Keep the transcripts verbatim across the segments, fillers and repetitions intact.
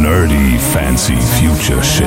Nerdy Fancy Future Shit.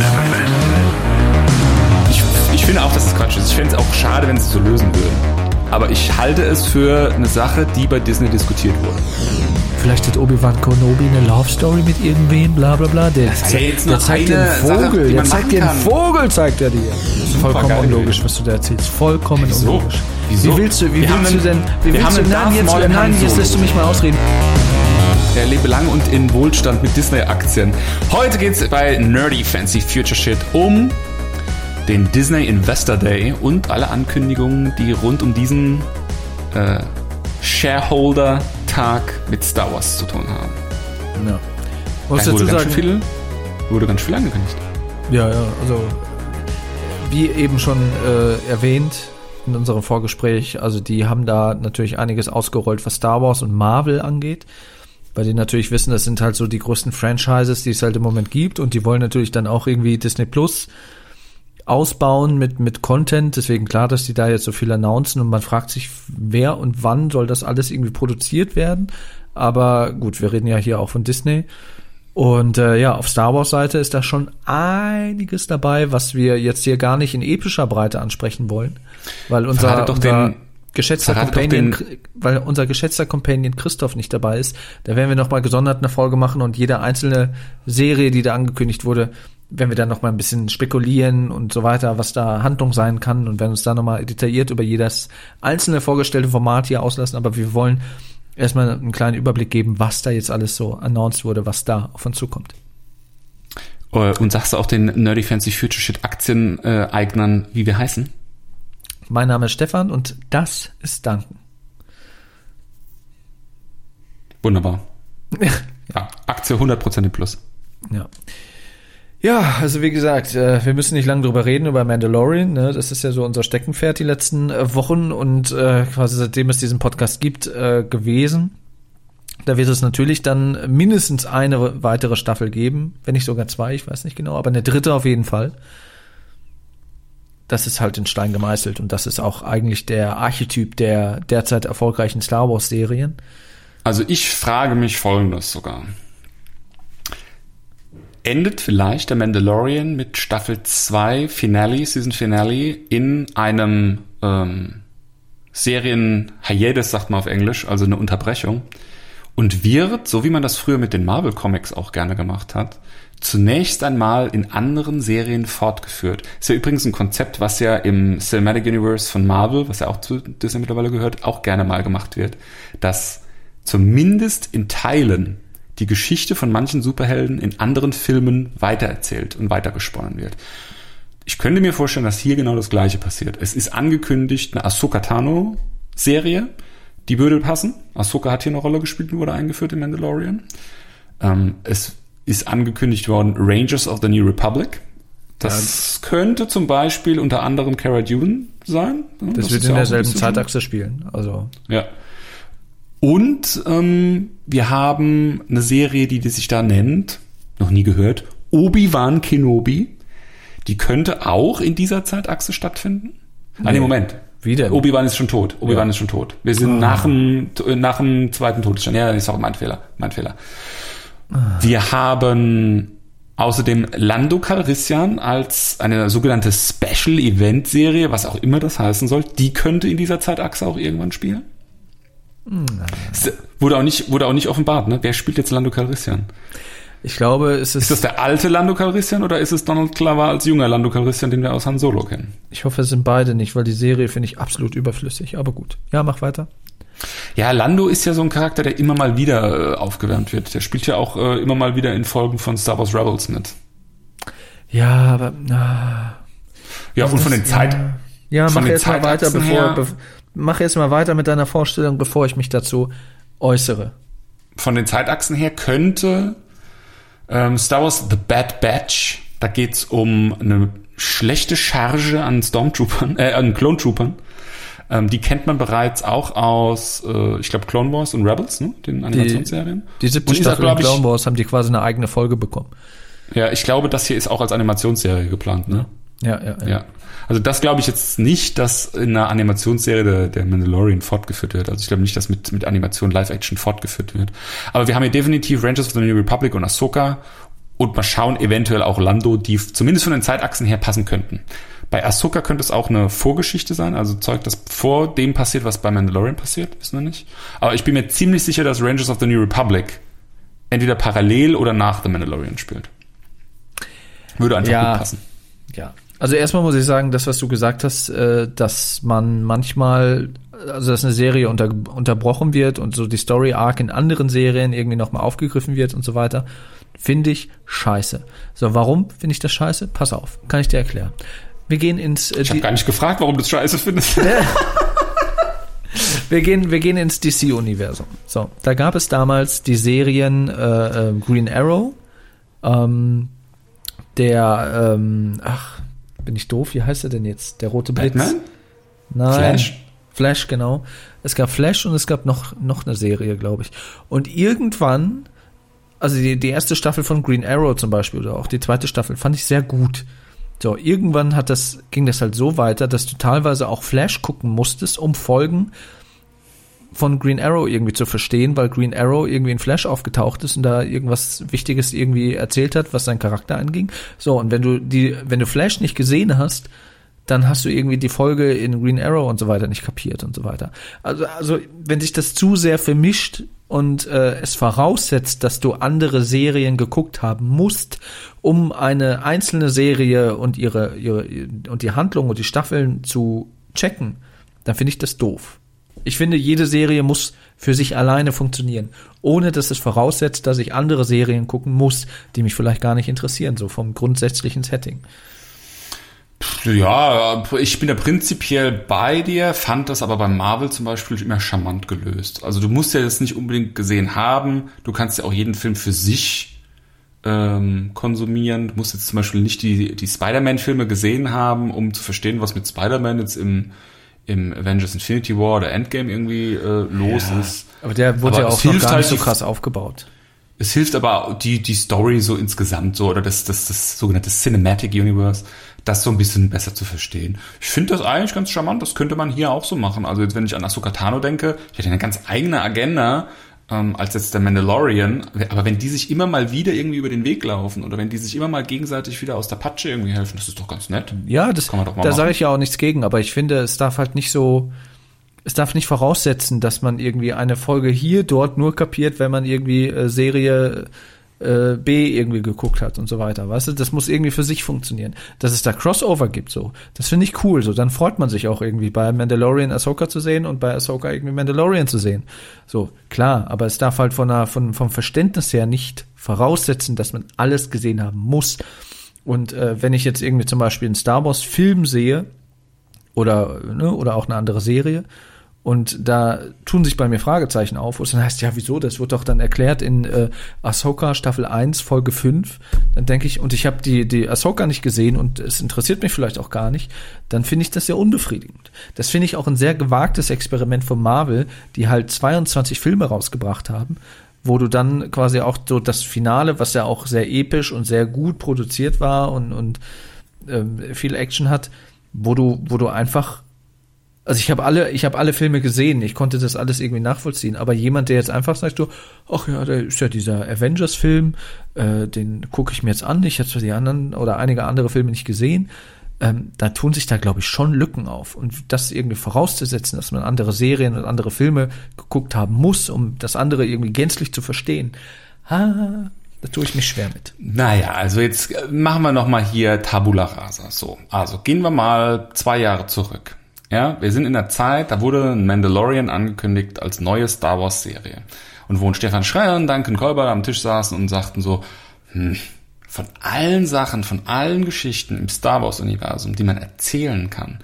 Ich, ich finde auch, dass es Quatsch ist. Ich fände es auch schade, wenn sie es so lösen würden. Aber ich halte es für eine Sache, die bei Disney diskutiert wurde. Vielleicht hat Obi-Wan Kenobi eine Love Story mit irgendwem, bla bla bla. Der, Das ist ja jetzt der nur zeigt dir eine einen Vogel, Sache, die der man zeigt machen dir einen kann. Vogel, zeigt er dir. Das ist vollkommen geil unlogisch, gewesen. was du da erzählst. Vollkommen Wieso? unlogisch. Wieso? Wie willst du, wie Wir haben willst du einen- denn, wie wir willst haben du, einen nein, Darth jetzt, Maul in nein, Han jetzt Solo. lässt du mich mal ausreden. Er lebe lang und in Wohlstand mit Disney-Aktien. Heute geht's bei Nerdy Fancy Future Shit um den Disney Investor Day und alle Ankündigungen, die rund um diesen äh, Shareholder-Tag mit Star Wars zu tun haben. Ja. Muss Da wurde dazu ganz sagen, schön viel, wurde ganz viel angekündigt. ja, ja, also wie eben schon äh, erwähnt in unserem Vorgespräch, also die haben da natürlich einiges ausgerollt, was Star Wars und Marvel angeht, weil die natürlich wissen, das sind halt so die größten Franchises, die es halt im Moment gibt, und die wollen natürlich dann auch irgendwie Disney Plus ausbauen mit mit Content, deswegen klar, dass die da jetzt so viel announcen, und man fragt sich, wer und wann soll das alles irgendwie produziert werden, aber gut, wir reden ja hier auch von Disney. Und äh, ja, auf Star Wars Seite ist da schon einiges dabei, was wir jetzt hier gar nicht in epischer Breite ansprechen wollen, weil unser, Verrate doch unser den- geschätzter verrate doch Companion, den- weil unser geschätzter Companion Christoph nicht dabei ist, da werden wir noch mal gesondert eine Folge machen, und jede einzelne Serie, die da angekündigt wurde, werden wir dann noch mal ein bisschen spekulieren und so weiter, was da Handlung sein kann, und werden uns da noch mal detailliert über jedes einzelne vorgestellte Format hier auslassen, aber wir wollen erstmal einen kleinen Überblick geben, was da jetzt alles so announced wurde, was da auf uns zukommt. Und sagst du auch den Nerdy Fancy Future Shit Aktieneignern, wie wir heißen? Mein Name ist Stefan und das ist Danken. Wunderbar. Ja, Aktie hundert Prozent im Plus. Ja. Ja, also wie gesagt, äh, wir müssen nicht lange drüber reden, über Mandalorian, ne? Das ist ja so unser Steckenpferd die letzten äh, Wochen und äh, quasi seitdem es diesen Podcast gibt, äh, gewesen. Da wird es natürlich dann mindestens eine weitere Staffel geben, wenn nicht sogar zwei, ich weiß nicht genau, aber eine dritte auf jeden Fall. Das ist halt in Stein gemeißelt, und das ist auch eigentlich der Archetyp der derzeit erfolgreichen Star Wars Serien. Also ich frage mich Folgendes sogar. Endet vielleicht der Mandalorian mit Staffel zwei Finale, Season Finale, in einem ähm, Serien-Hiatus, sagt man auf Englisch, also eine Unterbrechung, und wird, so wie man das früher mit den Marvel-Comics auch gerne gemacht hat, zunächst einmal in anderen Serien fortgeführt. Ist ja übrigens ein Konzept, was ja im Cinematic Universe von Marvel, was ja auch zu Disney mittlerweile gehört, auch gerne mal gemacht wird, dass zumindest in Teilen die Geschichte von manchen Superhelden in anderen Filmen weitererzählt und weitergesponnen wird. Ich könnte mir vorstellen, dass hier genau das Gleiche passiert. Es ist angekündigt eine Ahsoka Tano-Serie, die würde passen. Ahsoka hat hier eine Rolle gespielt und wurde eingeführt in Mandalorian. Ähm, es ist angekündigt worden Rangers of the New Republic. Das ja. könnte zum Beispiel unter anderem Cara Dune sein. Das, das wird ist in ja derselben Zeitachse spielen. Also ja. Und ähm, wir haben eine Serie, die, die sich da nennt, noch nie gehört, Obi-Wan Kenobi. Die könnte auch in dieser Zeitachse stattfinden. Nee. Ah, nee, Moment. Wie denn? Obi-Wan ist schon tot. Obi-Wan ja. ist schon tot. Wir sind ah. nach dem nach dem zweiten Todesstern. Ja, ist auch mein Fehler. Mein Fehler. Ah. Wir haben außerdem Lando Calrissian als eine sogenannte Special-Event-Serie, was auch immer das heißen soll. Die könnte in dieser Zeitachse auch irgendwann spielen. Es wurde auch nicht, wurde auch nicht offenbart, ne? Wer spielt jetzt Lando Calrissian? Ich glaube, es ist... Ist das der alte Lando Calrissian oder ist es Donald Glover als junger Lando Calrissian, den wir aus Han Solo kennen? Ich hoffe, es sind beide nicht, weil die Serie finde ich absolut überflüssig. Aber gut. Ja, mach weiter. Ja, Lando ist ja so ein Charakter, der immer mal wieder äh, aufgewärmt wird. Der spielt ja auch äh, immer mal wieder in Folgen von Star Wars Rebels mit. Ja, aber... Na, ja, und von den Zeit... Ja, ja mach jetzt mal weiter, bevor... Be- Mach jetzt mal weiter mit deiner Vorstellung, bevor ich mich dazu äußere. Von den Zeitachsen her könnte ähm, Star Wars The Bad Batch, da geht's um eine schlechte Charge an Stormtroopern, äh, an Clone Troopern. Ähm, die kennt man bereits auch aus, äh, ich glaube, Clone Wars und Rebels, ne? Den Animationsserien. Die, die siebte Staffel in Clone Wars haben die quasi eine eigene Folge bekommen. Ja, ich glaube, das hier ist auch als Animationsserie geplant, ne? Ja, ja, ja. ja. Also das glaube ich jetzt nicht, dass in einer Animationsserie der, der Mandalorian fortgeführt wird. Also ich glaube nicht, dass mit, mit Animation Live-Action fortgeführt wird. Aber wir haben hier definitiv Rangers of the New Republic und Ahsoka und mal schauen, eventuell auch Lando, die zumindest von den Zeitachsen her passen könnten. Bei Ahsoka könnte es auch eine Vorgeschichte sein, also Zeug, das vor dem passiert, was bei Mandalorian passiert, wissen wir nicht. Aber ich bin mir ziemlich sicher, dass Rangers of the New Republic entweder parallel oder nach The Mandalorian spielt. Würde einfach ja, gut passen. Ja, also erstmal muss ich sagen, das, was du gesagt hast, äh, dass man manchmal, also dass eine Serie unter, unterbrochen wird und so die Story-Arc in anderen Serien irgendwie nochmal aufgegriffen wird und so weiter, finde ich scheiße. So, warum finde ich das scheiße? Pass auf, kann ich dir erklären. Wir gehen ins... Äh, ich habe gar nicht gefragt, warum du das scheiße findest. wir gehen, wir gehen ins D C-Universum. So, da gab es damals die Serien äh, äh, Green Arrow, ähm, der, ähm, ach, bin ich doof, wie heißt er denn jetzt? Der rote Blitz? Batman? Nein. Flash? Flash, genau. Es gab Flash und es gab noch, noch eine Serie, glaube ich. Und irgendwann, also die, die erste Staffel von Green Arrow zum Beispiel oder auch die zweite Staffel fand ich sehr gut. So, irgendwann hat das, ging das halt so weiter, dass du teilweise auch Flash gucken musstest, um Folgen von Green Arrow irgendwie zu verstehen, weil Green Arrow irgendwie in Flash aufgetaucht ist und da irgendwas Wichtiges irgendwie erzählt hat, was seinen Charakter anging. So, und wenn du die, wenn du Flash nicht gesehen hast, dann hast du irgendwie die Folge in Green Arrow und so weiter nicht kapiert und so weiter. Also, also wenn sich das zu sehr vermischt und äh, es voraussetzt, dass du andere Serien geguckt haben musst, um eine einzelne Serie und ihre, ihre und die Handlung und die Staffeln zu checken, dann finde ich das doof. Ich finde, jede Serie muss für sich alleine funktionieren, ohne dass es voraussetzt, dass ich andere Serien gucken muss, die mich vielleicht gar nicht interessieren, so vom grundsätzlichen Setting. Ja, ich bin da prinzipiell bei dir, fand das aber bei Marvel zum Beispiel immer charmant gelöst. Also du musst ja das nicht unbedingt gesehen haben, du kannst ja auch jeden Film für sich ähm, konsumieren. Du musst jetzt zum Beispiel nicht die, die Spider-Man-Filme gesehen haben, um zu verstehen, was mit Spider-Man jetzt im im Avengers Infinity War oder Endgame irgendwie äh, los ja, ist. Aber der wurde aber ja auch noch gar nicht so krass aufgebaut. Es hilft aber die die Story so insgesamt so oder das das das sogenannte Cinematic Universe, das so ein bisschen besser zu verstehen. Ich finde das eigentlich ganz charmant, das könnte man hier auch so machen. Also jetzt, wenn ich an Ahsoka Tano denke, ich hätte eine ganz eigene Agenda ähm, als jetzt der Mandalorian, aber wenn die sich immer mal wieder irgendwie über den Weg laufen oder wenn die sich immer mal gegenseitig wieder aus der Patsche irgendwie helfen, das ist doch ganz nett. Ja, das kann man doch mal da sage ich ja auch nichts gegen, aber ich finde, es darf halt nicht so, es darf nicht voraussetzen, dass man irgendwie eine Folge hier, dort nur kapiert, wenn man irgendwie äh, Serie äh, B irgendwie geguckt hat und so weiter, weißt du, das muss irgendwie für sich funktionieren. Dass es da Crossover gibt, so, das finde ich cool, so, dann freut man sich auch irgendwie bei Mandalorian Ahsoka zu sehen und bei Ahsoka irgendwie Mandalorian zu sehen. So, klar, aber es darf halt von der, von, vom Verständnis her nicht voraussetzen, dass man alles gesehen haben muss. Und äh, wenn ich jetzt irgendwie zum Beispiel einen Star Wars Film sehe oder, ne, oder auch eine andere Serie, und da tun sich bei mir Fragezeichen auf, wo es dann heißt, ja, wieso, das wird doch dann erklärt in äh, Ahsoka Staffel eins, Folge fünf. Dann denke ich, und ich habe die die Ahsoka nicht gesehen und es interessiert mich vielleicht auch gar nicht, dann finde ich das sehr unbefriedigend. Das finde ich auch ein sehr gewagtes Experiment von Marvel, die halt zweiundzwanzig Filme rausgebracht haben, wo du dann quasi auch so das Finale, was ja auch sehr episch und sehr gut produziert war und, und ähm, viel Action hat, wo du wo du einfach Also ich habe alle, ich habe alle Filme gesehen, ich konnte das alles irgendwie nachvollziehen, aber jemand, der jetzt einfach sagt so, ach ja, da ist ja dieser Avengers-Film, äh, den gucke ich mir jetzt an, ich habe zwar die anderen oder einige andere Filme nicht gesehen, ähm, da tun sich da, glaube ich, schon Lücken auf. Und das irgendwie vorauszusetzen, dass man andere Serien und andere Filme geguckt haben muss, um das andere irgendwie gänzlich zu verstehen, ha, da tue ich mich schwer mit. Naja, also jetzt machen wir noch mal hier Tabula Rasa. So, also gehen wir mal zwei Jahre zurück. Ja, wir sind in der Zeit, da wurde ein Mandalorian angekündigt als neue Star Wars Serie. Und wo ein Stefan Schreier und Duncan Kolber am Tisch saßen und sagten so, hm, von allen Sachen, von allen Geschichten im Star Wars Universum, die man erzählen kann,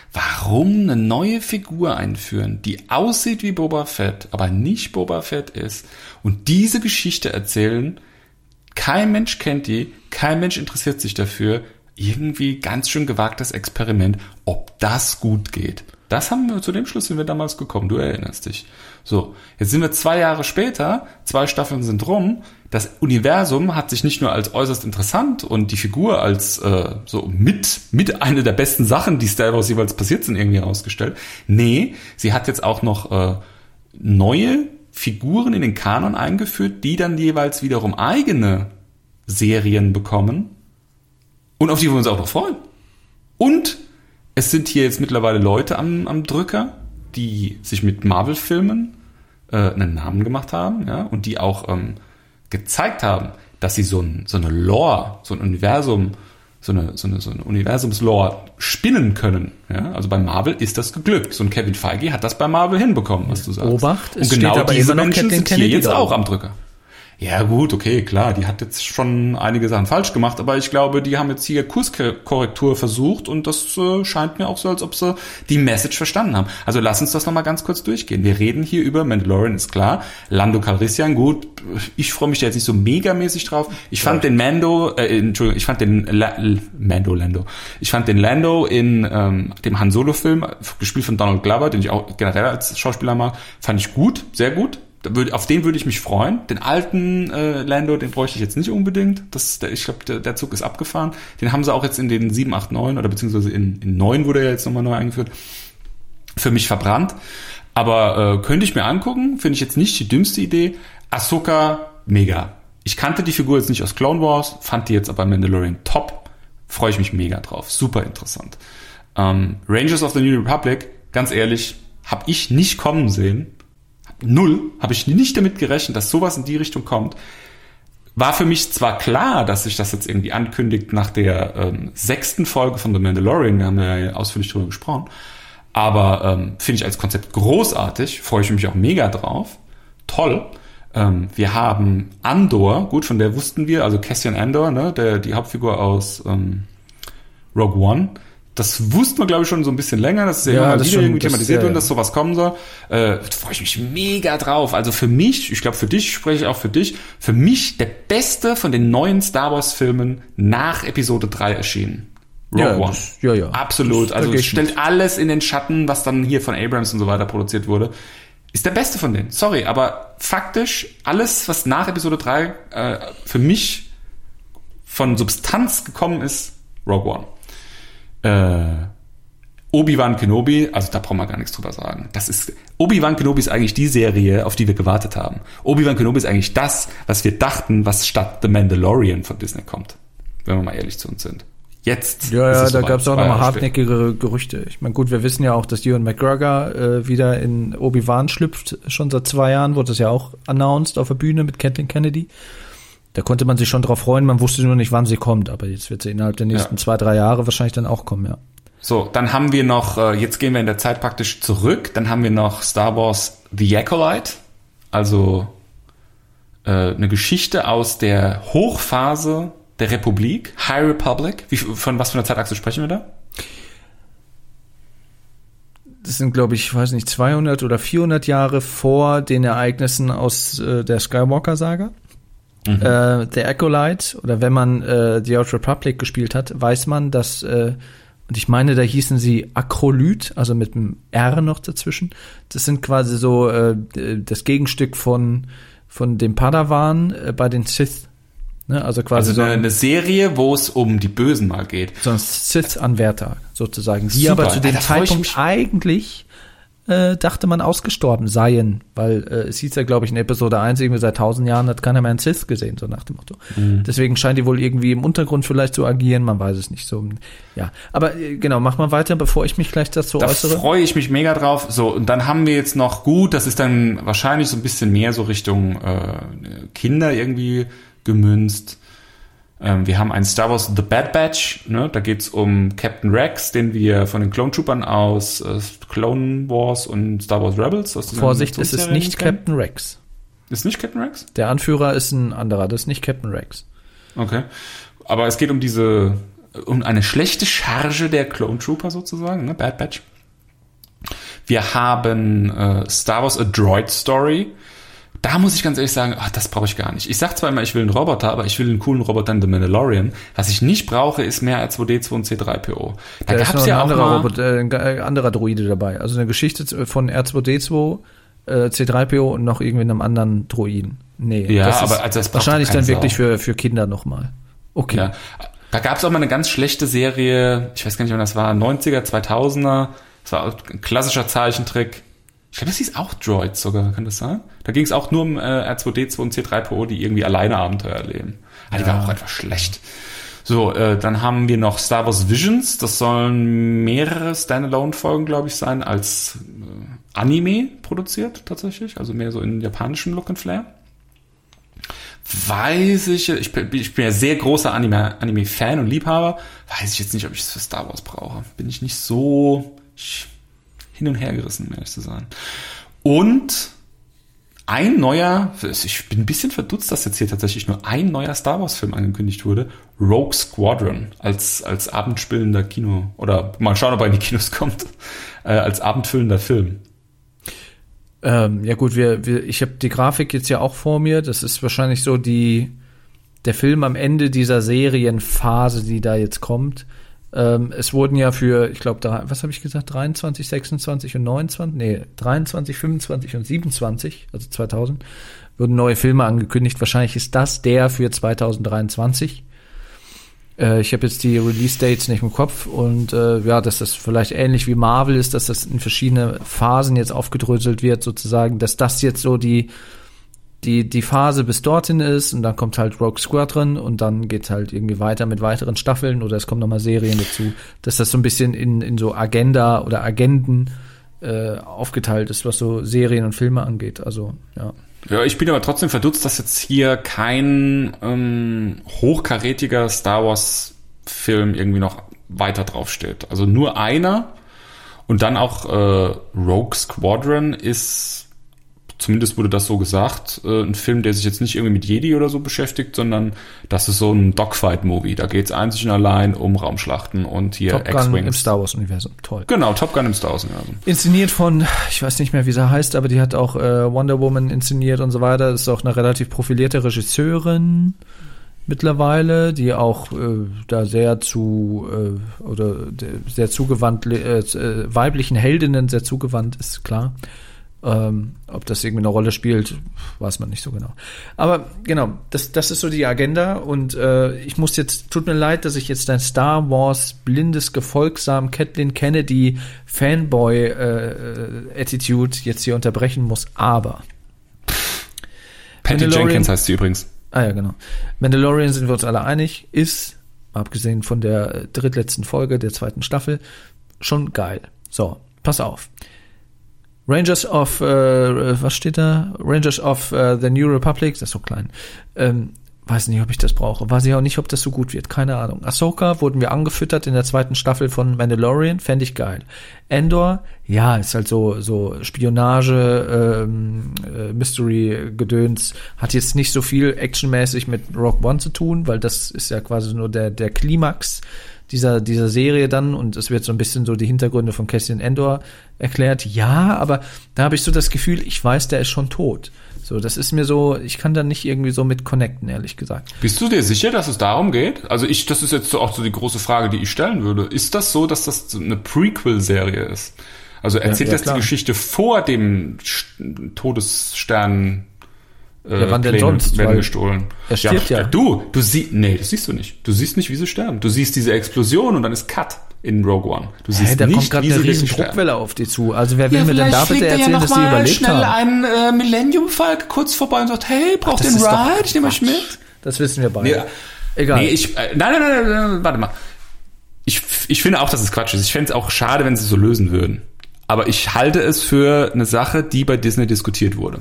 warum eine neue Figur einführen, die aussieht wie Boba Fett, aber nicht Boba Fett ist und diese Geschichte erzählen, kein Mensch kennt die, kein Mensch interessiert sich dafür, irgendwie ganz schön gewagtes Experiment, ob das gut geht. Das haben wir, zu dem Schluss sind wir damals gekommen, du erinnerst dich. So, jetzt sind wir zwei Jahre später, zwei Staffeln sind rum, das Universum hat sich nicht nur als äußerst interessant und die Figur als äh, so mit mit eine der besten Sachen, die Star Wars jeweils passiert sind, irgendwie herausgestellt. Nee, sie hat jetzt auch noch äh, neue Figuren in den Kanon eingeführt, die dann jeweils wiederum eigene Serien bekommen und auf die wir uns auch noch freuen. Und es sind hier jetzt mittlerweile Leute am, am Drücker, die sich mit Marvel-Filmen äh, einen Namen gemacht haben, ja, und die auch ähm, gezeigt haben, dass sie so, ein, so eine Lore, so ein Universum, so eine, so eine, so eine Universums-Lore spinnen können. Ja? Also bei Marvel ist das geglückt. So ein Kevin Feige hat das bei Marvel hinbekommen, was du sagst. Obacht, und genau diese Menschen sind hier jetzt auch am Drücker. Ja gut, okay, klar, die hat jetzt schon einige Sachen falsch gemacht, aber ich glaube, die haben jetzt hier Kurskorrektur versucht und das äh, scheint mir auch so, als ob sie die Message verstanden haben. Also lass uns das nochmal ganz kurz durchgehen. Wir reden hier über Mandalorian, ist klar. Lando Calrissian, gut, ich freue mich da jetzt nicht so megamäßig drauf. Ich fand ja. den Mando, äh, Entschuldigung, ich fand den La- Mando, Lando. Ich fand den Lando in ähm, dem Han Solo-Film, gespielt von Donald Glover, den ich auch generell als Schauspieler mag, fand ich gut, sehr gut. Auf den würde ich mich freuen. Den alten äh, Lando, den bräuchte ich jetzt nicht unbedingt. Das, der, ich glaube, der, der Zug ist abgefahren. Den haben sie auch jetzt in den sieben, acht, neun oder beziehungsweise in, in neun wurde er jetzt nochmal neu eingeführt. Für mich verbrannt. Aber äh, könnte ich mir angucken. Finde ich jetzt nicht die dümmste Idee. Ahsoka, mega. Ich kannte die Figur jetzt nicht aus Clone Wars, fand die jetzt aber Mandalorian top. Freue ich mich mega drauf. Super interessant. Ähm, Rangers of the New Republic, ganz ehrlich, habe ich nicht kommen sehen. Null, habe ich nicht damit gerechnet, dass sowas in die Richtung kommt. War für mich zwar klar, dass sich das jetzt irgendwie ankündigt nach der ähm, sechsten Folge von The Mandalorian, wir haben ja ausführlich darüber gesprochen, aber ähm, finde ich als Konzept großartig, freue ich mich auch mega drauf. Toll. Ähm, wir haben Andor, gut, von der wussten wir, also Cassian Andor, ne, der, die Hauptfigur aus ähm, Rogue One. Das wussten wir, glaube ich, schon so ein bisschen länger, dass es ja, ja immer wieder irgendwie thematisiert wird, dass sowas kommen soll. Äh, da freue ich mich mega drauf. Also für mich, ich glaube für dich, spreche ich auch für dich, für mich der beste von den neuen Star Wars Filmen nach Episode drei erschienen. Rogue ja, One. Das, ja, ja. Absolut. Das, also es stellt mit. alles in den Schatten, was dann hier von Abrams und so weiter produziert wurde. Ist der beste von denen. Sorry, aber faktisch alles, was nach Episode drei äh, für mich von Substanz gekommen ist, Rogue One. Äh, Obi-Wan Kenobi, also da brauchen wir gar nichts drüber sagen. Das ist, Obi-Wan Kenobi ist eigentlich die Serie, auf die wir gewartet haben. Obi-Wan Kenobi ist eigentlich das, was wir dachten, was statt The Mandalorian von Disney kommt. Wenn wir mal ehrlich zu uns sind. Jetzt. Ja, ja, da gab es auch nochmal hartnäckigere Gerüchte. Ich meine, gut, wir wissen ja auch, dass Ewan McGregor äh, wieder in Obi-Wan schlüpft. Schon seit zwei Jahren wurde das ja auch announced auf der Bühne mit Kathleen Kennedy. Da konnte man sich schon drauf freuen, man wusste nur nicht, wann sie kommt, aber jetzt wird sie innerhalb der nächsten ja. zwei, drei Jahre wahrscheinlich dann auch kommen, ja. So, dann haben wir noch, jetzt gehen wir in der Zeit praktisch zurück, dann haben wir noch Star Wars The Acolyte, also äh, eine Geschichte aus der Hochphase der Republik, High Republic. Wie, von was für einer Zeitachse sprechen wir da? Das sind, glaube ich, ich weiß nicht, zweihundert oder vierhundert Jahre vor den Ereignissen aus äh, der Skywalker-Saga. Mhm. Äh, der Acolyte, oder wenn man äh, The Old Republic gespielt hat, weiß man, dass, äh, und ich meine, da hießen sie Akrolyt, also mit einem R noch dazwischen. Das sind quasi so äh, das Gegenstück von, von dem Padawan äh, bei den Sith. Ne? Also quasi also eine, so ein, eine Serie, wo es um die Bösen mal geht. So ein Sith-Anwärter sozusagen. Die Super. aber zu dem Alter, Zeitpunkt eigentlich Äh, dachte man ausgestorben seien, weil äh, es hieß ja, glaube ich, in Episode eins, irgendwie seit tausend Jahren hat keiner mehr einen Sith gesehen, so nach dem Motto. Mhm. Deswegen scheint die wohl irgendwie im Untergrund vielleicht zu agieren, man weiß es nicht so. Ja, aber äh, genau, mach mal weiter, bevor ich mich gleich dazu da äußere. Da freue ich mich mega drauf. So, und dann haben wir jetzt noch, gut, das ist dann wahrscheinlich so ein bisschen mehr so Richtung äh, Kinder irgendwie gemünzt. Ähm, wir haben ein Star Wars The Bad Batch, ne? Da geht's um Captain Rex, den wir von den Clone Troopern aus äh, Clone Wars und Star Wars Rebels. Aus Vorsicht, es ist nicht kennen. Captain Rex. Ist nicht Captain Rex? Der Anführer ist ein anderer, das ist nicht Captain Rex. Okay. Aber es geht um diese, um eine schlechte Charge der Clone Trooper sozusagen, ne? Bad Batch. Wir haben äh, Star Wars A Droid Story. Da muss ich ganz ehrlich sagen, ach, das brauche ich gar nicht. Ich sag zwar immer, ich will einen Roboter, aber ich will einen coolen Roboter in The Mandalorian. Was ich nicht brauche, ist mehr R zwei D zwei und C drei P O. Da da gab's ja ein auch mal Roboter, äh, ein anderer Droide dabei. Also eine Geschichte von R zwei D zwei, äh, C drei P O und noch irgendwie einem anderen Droiden. Nee, ja, das aber ist also das wahrscheinlich dann wirklich für für Kinder nochmal. Okay. Ja. Da gab's auch mal eine ganz schlechte Serie, ich weiß gar nicht, wann das war, neunziger, zweitausender. Das war ein klassischer Zeichentrick. Ich glaube, das hieß auch Droids sogar, kann das sein? Da ging es auch nur um äh, R zwei D zwei und C drei P O, die irgendwie alleine Abenteuer erleben. Ah, die Ja. war auch einfach schlecht. So, äh, dann haben wir noch Star Wars Visions. Das sollen mehrere Standalone-Folgen, glaube ich, sein, als äh, Anime produziert tatsächlich. Also mehr so in japanischem Look and Flair. Weiß ich, ich bin, ich bin ja sehr großer Anime, Anime-Fan und Liebhaber. Weiß ich jetzt nicht, ob ich es für Star Wars brauche. Bin ich nicht so ich, hin und her gerissen, um ehrlich zu sein. Und ein neuer, ich bin ein bisschen verdutzt, dass jetzt hier tatsächlich nur ein neuer Star Wars Film angekündigt wurde. Rogue Squadron als, als abendspielender Kino, oder mal schauen, ob er in die Kinos kommt, äh, als abendfüllender Film. Ähm, ja gut, wir, wir, ich habe die Grafik jetzt ja auch vor mir. Das ist wahrscheinlich so die der Film am Ende dieser Serienphase, die da jetzt kommt. Ähm, es wurden ja für, ich glaube, was habe ich gesagt, dreiundzwanzig, sechsundzwanzig und neunundzwanzig, nee, dreiundzwanzig, fünfundzwanzig und siebenundzwanzig, also zweitausend, wurden neue Filme angekündigt. Wahrscheinlich ist das der für zweitausenddreiundzwanzig. Äh, ich habe jetzt die Release-Dates nicht im Kopf und äh, ja, dass das vielleicht ähnlich wie Marvel ist, dass das in verschiedene Phasen jetzt aufgedröselt wird, sozusagen, dass das jetzt so die die die Phase bis dorthin ist und dann kommt halt Rogue Squadron und dann geht's halt irgendwie weiter mit weiteren Staffeln oder es kommen nochmal Serien dazu, dass das so ein bisschen in in so Agenda oder Agenden äh, aufgeteilt ist, was so Serien und Filme angeht. Also, ja. Ja, ich bin aber trotzdem verdutzt, dass jetzt hier kein ähm, hochkarätiger Star Wars Film irgendwie noch weiter draufsteht. Also nur einer und dann auch äh, Rogue Squadron ist, zumindest wurde das so gesagt, äh, ein Film, der sich jetzt nicht irgendwie mit Jedi oder so beschäftigt, sondern das ist so ein Dogfight-Movie. Da geht's einzig und allein um Raumschlachten und hier Top Gun X-Wings. im Star Wars-Universum. Toll. Genau, Top Gun im Star Wars-Universum. Inszeniert von, ich weiß nicht mehr, wie sie heißt, aber die hat auch äh, Wonder Woman inszeniert und so weiter. Das ist auch eine relativ profilierte Regisseurin mittlerweile, die auch äh, da sehr zu äh, oder sehr zugewandt äh, äh, weiblichen Heldinnen sehr zugewandt ist, klar. Ähm, ob das irgendwie eine Rolle spielt, weiß man nicht so genau. Aber genau, das, das ist so die Agenda und äh, ich muss jetzt, tut mir leid, dass ich jetzt dein Star Wars blindes Gefolgsam Kathleen Kennedy Fanboy äh, Attitude jetzt hier unterbrechen muss, aber Patty Jenkins heißt sie übrigens. Ah ja, genau. Mandalorian sind wir uns alle einig, ist, abgesehen von der drittletzten Folge der zweiten Staffel, schon geil. So, pass auf. Rangers of, äh, was steht da? Rangers of uh, the New Republic, das ist so klein. Ähm, weiß nicht, ob ich das brauche. Weiß ich auch nicht, ob das so gut wird. Keine Ahnung. Ahsoka wurden wir angefüttert in der zweiten Staffel von Mandalorian. Fände ich geil. Endor, ja, ist halt so, so Spionage, ähm, äh, Mystery-Gedöns. Hat jetzt nicht so viel actionmäßig mit Rogue One zu tun, weil das ist ja quasi nur der, der Klimax dieser dieser Serie dann und es wird so ein bisschen so die Hintergründe von Cassian Andor erklärt. Ja, aber da habe ich so das Gefühl, ich weiß, der ist schon tot. So, das ist mir so, ich kann da nicht irgendwie so mit connecten, ehrlich gesagt. Bist du dir sicher, dass es darum geht? Also ich, das ist jetzt so auch so die große Frage, die ich stellen würde. Ist das so, dass das eine Prequel-Serie ist? Also erzählt ja, ja, das die Geschichte vor dem Todesstern? Äh, ja, wann denn Pläne sonst? werden Weil gestohlen. er stirbt ja. ja. Du, du siehst, nee, das siehst du nicht. Du siehst nicht, wie sie sterben. Du siehst diese Explosion und dann ist Cut in Rogue One. Du siehst hey, da nicht, kommt gerade wie eine sie riesen wirklich sterben. Druckwelle auf die zu. Also wer will Ja, mir denn da vielleicht bitte fliegt erzählen, ja dass noch die mal überlebt schnell haben? ein äh, Millennium Falcon kurz vorbei und sagt, hey, braucht das den ist doch Ride? Ich nehme euch Quatsch. mit. Das wissen wir beide. Nee, Egal. Nee, ich, äh, nein, nein, nein, nein, warte mal. Ich, ich finde auch, dass es Quatsch ist. Ich fände es auch schade, wenn sie es so lösen würden. Aber ich halte es für eine Sache, die bei Disney diskutiert wurde.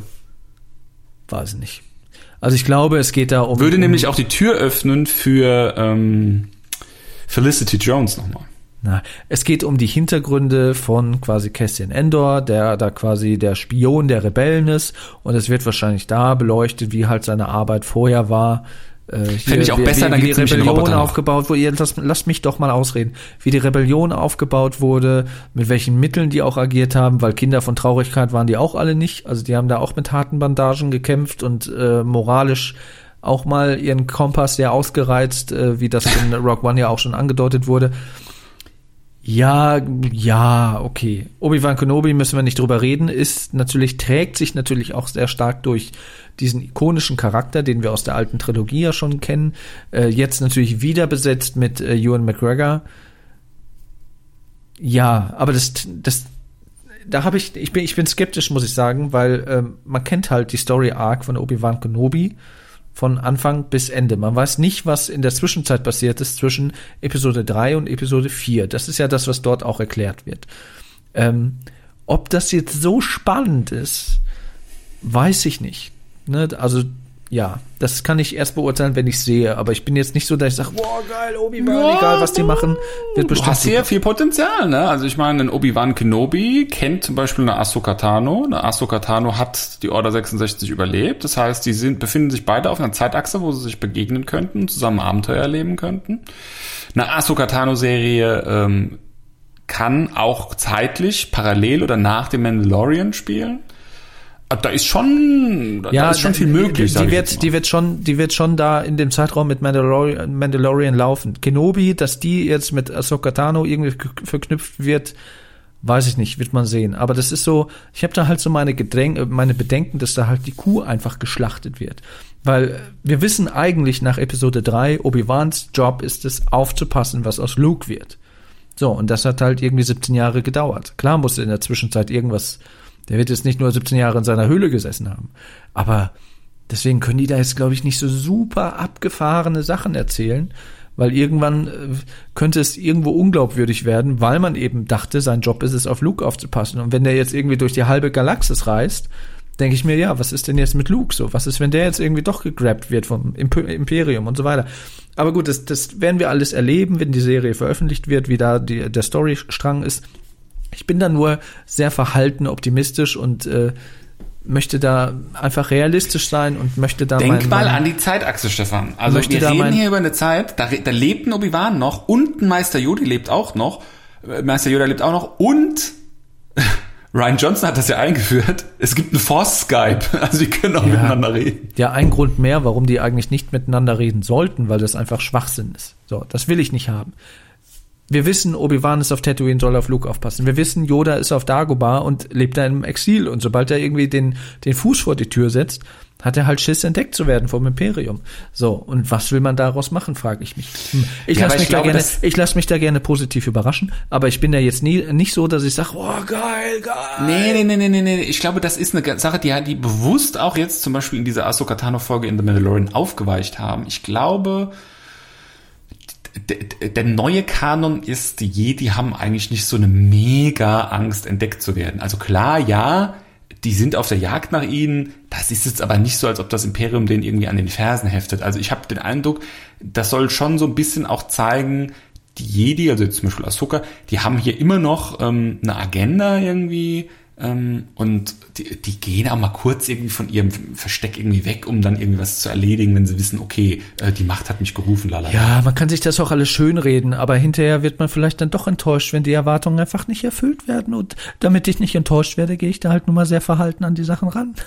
Weiß ich nicht. Also ich glaube, es geht da um... Würde um, nämlich auch die Tür öffnen für ähm, Felicity Jones nochmal. Na, es geht um die Hintergründe von quasi Cassian Andor, der da quasi der Spion der Rebellen ist und es wird wahrscheinlich da beleuchtet, wie halt seine Arbeit vorher war. Äh, Fände ich auch wie, besser, wie, dann wie gibt's die nämlich den Rebellion Roboter noch. aufgebaut wurde. Lasst, lasst mich doch mal ausreden. Wie die Rebellion aufgebaut wurde, mit welchen Mitteln die auch agiert haben, weil Kinder von Traurigkeit waren die auch alle nicht. Also die haben da auch mit harten Bandagen gekämpft und äh, moralisch auch mal ihren Kompass sehr ausgereizt, äh, wie das in Rogue One ja auch schon angedeutet wurde. Ja, ja, okay. Obi-Wan Kenobi müssen wir nicht drüber reden, ist natürlich, trägt sich natürlich auch sehr stark durch diesen ikonischen Charakter, den wir aus der alten Trilogie ja schon kennen. Äh, jetzt natürlich wieder besetzt mit äh, Ewan McGregor. Ja, aber das, das, da habe ich, ich bin, ich bin skeptisch, muss ich sagen, weil ähm, man kennt halt die Story Arc von Obi-Wan Kenobi von Anfang bis Ende. Man weiß nicht, was in der Zwischenzeit passiert ist zwischen Episode drei und Episode vier. Das ist ja das, was dort auch erklärt wird. Ähm, ob das jetzt so spannend ist, weiß ich nicht. Ne? Also ja, das kann ich erst beurteilen, wenn ich sehe. Aber ich bin jetzt nicht so, dass ich sage, boah, geil, Obi-Wan, ja, egal, was die machen, wird bestimmt. Du hast sehr viel Potenzial, ne? Also ich meine, ein Obi-Wan Kenobi kennt zum Beispiel eine Ahsoka Tano. Eine Ahsoka Tano hat die Order sechsundsechzig überlebt. Das heißt, die sind, befinden sich beide auf einer Zeitachse, wo sie sich begegnen könnten und zusammen Abenteuer erleben könnten. Eine Ahsoka Tano-Serie ähm, kann auch zeitlich parallel oder nach dem Mandalorian spielen. Da ist schon, da ja, ist schon viel möglich. Die, die wird, die wird schon, die wird schon da in dem Zeitraum mit Mandalorian, Mandalorian laufen. Kenobi, dass die jetzt mit Ahsoka Tano irgendwie verknüpft wird, weiß ich nicht, wird man sehen. Aber das ist so, ich habe da halt so meine Gedenk, meine Bedenken, dass da halt die Kuh einfach geschlachtet wird. Weil wir wissen eigentlich nach Episode drei, Obi-Wans Job ist es, aufzupassen, was aus Luke wird. So, und das hat halt irgendwie siebzehn Jahre gedauert. Klar musste in der Zwischenzeit irgendwas. Der wird jetzt nicht nur siebzehn Jahre in seiner Höhle gesessen haben. Aber deswegen können die da jetzt, glaube ich, nicht so super abgefahrene Sachen erzählen, weil irgendwann äh, könnte es irgendwo unglaubwürdig werden, weil man eben dachte, sein Job ist es, auf Luke aufzupassen. Und wenn der jetzt irgendwie durch die halbe Galaxis reist, denke ich mir, ja, was ist denn jetzt mit Luke so? Was ist, wenn der jetzt irgendwie doch gegrabt wird vom Imp- Imperium und so weiter? Aber gut, das, das werden wir alles erleben, wenn die Serie veröffentlicht wird, wie da die, der Storystrang ist. Ich bin da nur sehr verhalten, optimistisch und äh, möchte da einfach realistisch sein und möchte da Denk mein, mal mein, an die Zeitachse, Stefan. Also wir reden mein, hier über eine Zeit, da, da lebt ein Obi-Wan noch und ein Meister Yoda lebt auch noch. Meister Yoda lebt auch noch und Rian Johnson hat das ja eingeführt. Es gibt ein Force-Skype, also die können auch ja, miteinander reden. Ja, ein Grund mehr, warum die eigentlich nicht miteinander reden sollten, weil das einfach Schwachsinn ist. So, das will ich nicht haben. Wir wissen, Obi-Wan ist auf Tatooine, soll auf Luke aufpassen. Wir wissen, Yoda ist auf Dagobah und lebt da im Exil. Und sobald er irgendwie den, den Fuß vor die Tür setzt, hat er halt Schiss, entdeckt zu werden vom Imperium. So, und was will man daraus machen, frage ich mich. Hm. Ich ja, lasse mich, glaube, ich lass mich da gerne positiv überraschen, aber ich bin da jetzt nie, nicht so, dass ich sage, oh, geil, geil. Nee, nee, nee, nee, nee, nee. Ich glaube, das ist eine Sache, die, die bewusst auch jetzt zum Beispiel in dieser Ahsoka Tano-Folge in The Mandalorian aufgeweicht haben. Ich glaube, Der, der neue Kanon ist, die Jedi haben eigentlich nicht so eine mega Angst, entdeckt zu werden. Also klar, ja, die sind auf der Jagd nach ihnen. Das ist jetzt aber nicht so, als ob das Imperium denen irgendwie an den Fersen heftet. Also ich habe den Eindruck, das soll schon so ein bisschen auch zeigen, die Jedi, also jetzt zum Beispiel Ahsoka, die haben hier immer noch ähm, eine Agenda irgendwie. Ähm, und die, die gehen auch mal kurz irgendwie von ihrem Versteck irgendwie weg, um dann irgendwie was zu erledigen, wenn sie wissen, okay, äh, die Macht hat mich gerufen, lalala. Ja, man kann sich das auch alles schönreden, aber hinterher wird man vielleicht dann doch enttäuscht, wenn die Erwartungen einfach nicht erfüllt werden. Und damit ich nicht enttäuscht werde, gehe ich da halt nur mal sehr verhalten an die Sachen ran.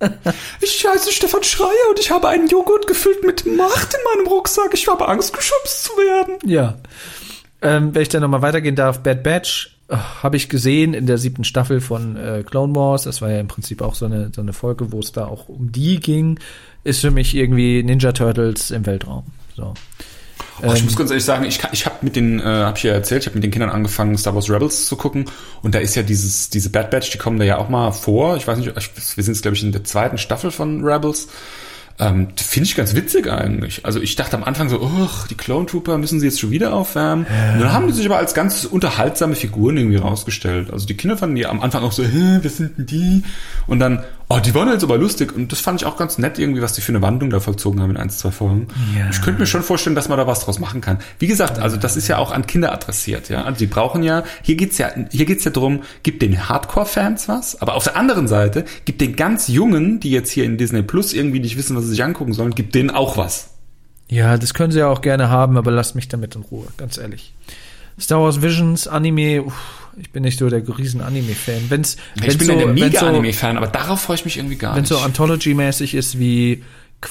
Ich heiße Stefan Schreier und ich habe einen Joghurt gefüllt mit Macht in meinem Rucksack. Ich habe Angst, geschubst zu werden. Ja. Ähm, wenn ich dann nochmal weitergehen darf, Bad Batch habe ich gesehen in der siebten Staffel von äh, Clone Wars. Das war ja im Prinzip auch so eine so eine Folge, wo es da auch um die ging. Ist für mich irgendwie Ninja Turtles im Weltraum. So. Oh, ich muss ganz ehrlich sagen, ich, ich habe mit den, äh, habe ich ja erzählt, ich habe mit den Kindern angefangen, Star Wars Rebels zu gucken. Und da ist ja dieses diese Bad Batch, die kommen da ja auch mal vor. Ich weiß nicht, wir sind jetzt glaube ich in der zweiten Staffel von Rebels. Ähm, finde ich ganz witzig eigentlich. Also ich dachte am Anfang so, oh, die Clone Trooper müssen sie jetzt schon wieder aufwärmen. Ja. Und dann haben die sich aber als ganz unterhaltsame Figuren irgendwie rausgestellt. Also die Kinder fanden die am Anfang auch so, hä, wer sind denn die? Und dann, oh, die waren jetzt aber lustig. Und das fand ich auch ganz nett irgendwie, was die für eine Wandlung da vollzogen haben in ein, zwei Folgen. Ja. Ich könnte mir schon vorstellen, dass man da was draus machen kann. Wie gesagt, also das ist ja auch an Kinder adressiert, ja. Also die brauchen ja, hier geht's ja, hier geht's ja drum, gibt den Hardcore-Fans was, aber auf der anderen Seite gibt den ganz Jungen, die jetzt hier in Disney Plus irgendwie nicht wissen, was sie sich angucken sollen, gibt denen auch was. Ja, das können sie ja auch gerne haben, aber lasst mich damit in Ruhe, ganz ehrlich. Star Wars Visions, Anime, uff, ich bin nicht so der riesen Anime-Fan. Wenn's, ich wenn's bin so, ja der mega so, Anime-Fan, aber darauf freue ich mich irgendwie gar wenn's nicht. Wenn so Anthology-mäßig ist, wie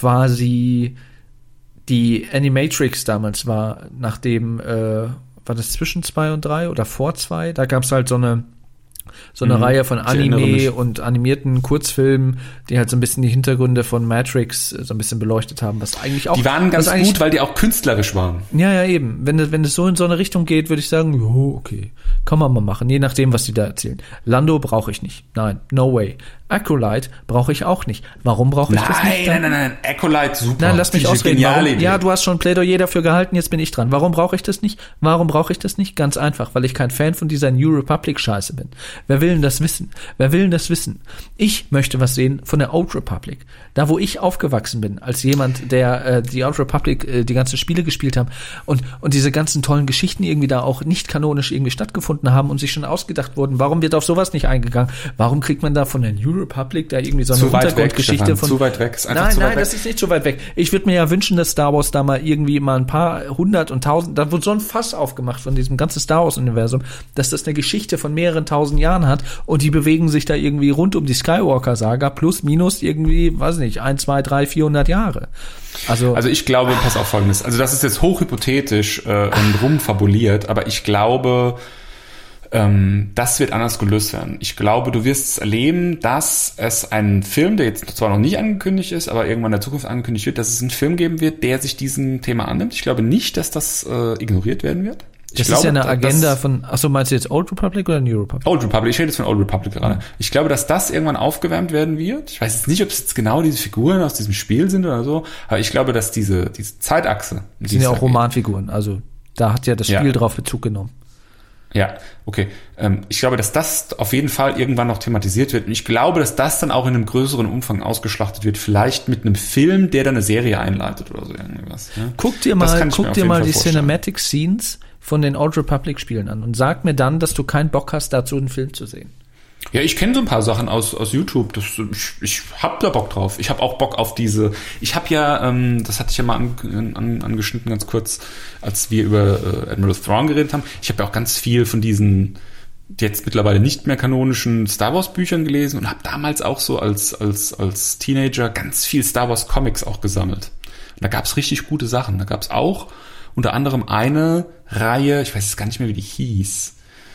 quasi die Animatrix damals war, nachdem, äh, war das zwischen zwei und drei oder vor zwei? Da gab's halt so eine So eine Mhm. Reihe von Ich erinnere Anime mich. und animierten Kurzfilmen, die halt so ein bisschen die Hintergründe von Matrix so ein bisschen beleuchtet haben, was eigentlich auch... Die waren ganz was eigentlich- gut, weil die auch künstlerisch waren. Ja, ja, eben. Wenn es, wenn es so in so eine Richtung geht, würde ich sagen, jo, okay, kann man mal machen, je nachdem, was die da erzählen. Lando brauche ich nicht. Nein, no way. Acolyte brauche ich auch nicht. Warum brauche ich das nicht? Nein, nein, nein, nein. Acolyte, super. Nein, lass mich Diese ausreden. geniale Warum? Idee. Ja, du hast schon Plädoyer dafür gehalten, jetzt bin ich dran. Warum brauche ich das nicht? Warum brauche ich das nicht? Ganz einfach, weil ich kein Fan von dieser New Republic Scheiße bin. Wer will denn das wissen? Wer will denn das wissen? Ich möchte was sehen von der Old Republic. Da, wo ich aufgewachsen bin, als jemand, der äh, die Old Republic, äh, die ganzen Spiele gespielt haben und und diese ganzen tollen Geschichten irgendwie da auch nicht kanonisch irgendwie stattgefunden haben und sich schon ausgedacht wurden. Warum wird auf sowas nicht eingegangen? Warum kriegt man da von der New Republic da irgendwie so eine Zu weit weg, Untergrundgeschichte Stefan, von... zu weit weg. Ist einfach nein, zu weit nein, weg. das ist nicht so weit weg. Ich würde mir ja wünschen, dass Star Wars da mal irgendwie mal ein paar hundert und tausend, da wurde so ein Fass aufgemacht von diesem ganzen Star Wars-Universum, dass das eine Geschichte von mehreren tausend Jahren hat und die bewegen sich da irgendwie rund um die Skywalker-Saga plus minus irgendwie, weiß nicht, ein, zwei, drei, vierhundert Jahre. Also, Also ich glaube, pass auf Folgendes. Also das ist jetzt hochhypothetisch äh, und rumfabuliert, aber ich glaube, ähm, das wird anders gelöst werden. Ich glaube, du wirst es erleben, dass es einen Film, der jetzt zwar noch nicht angekündigt ist, aber irgendwann in der Zukunft angekündigt wird, dass es einen Film geben wird, der sich diesem Thema annimmt. Ich glaube nicht, dass das äh, ignoriert werden wird. Ich das glaube, ist ja eine dass- Agenda von, achso, meinst du jetzt Old Republic oder New Republic? Old Republic, ich rede jetzt von Old Republic gerade. Mhm. Ich glaube, dass das irgendwann aufgewärmt werden wird. Ich weiß jetzt nicht, ob es jetzt genau diese Figuren aus diesem Spiel sind oder so, aber ich glaube, dass diese, diese Zeitachse, Das sind ja auch Romanfiguren, also da hat ja das Spiel Ja. drauf Bezug genommen. Ja, okay. Ähm, ich glaube, dass das auf jeden Fall irgendwann noch thematisiert wird. Und ich glaube, dass das dann auch in einem größeren Umfang ausgeschlachtet wird. Vielleicht mit einem Film, der dann eine Serie einleitet oder so irgendwas. Ne? Guck dir Das mal, kann ich mir guck auf dir jeden mal Fall die vorstellen. Cinematic Scenes von den Old Republic Spielen an und sag mir dann, dass du keinen Bock hast, dazu einen Film zu sehen. Ja, ich kenne so ein paar Sachen aus aus YouTube. Das, ich, ich hab da Bock drauf. Ich habe auch Bock auf diese. Ich habe ja, ähm, das hatte ich ja mal an, an, angeschnitten ganz kurz, als wir über äh, Admiral Thrawn geredet haben. Ich habe ja auch ganz viel von diesen jetzt mittlerweile nicht mehr kanonischen Star Wars Büchern gelesen und habe damals auch so als als als Teenager ganz viel Star Wars Comics auch gesammelt. Und da gab's richtig gute Sachen. Da gab's auch unter anderem eine Reihe, ich weiß jetzt gar nicht mehr, wie die hieß.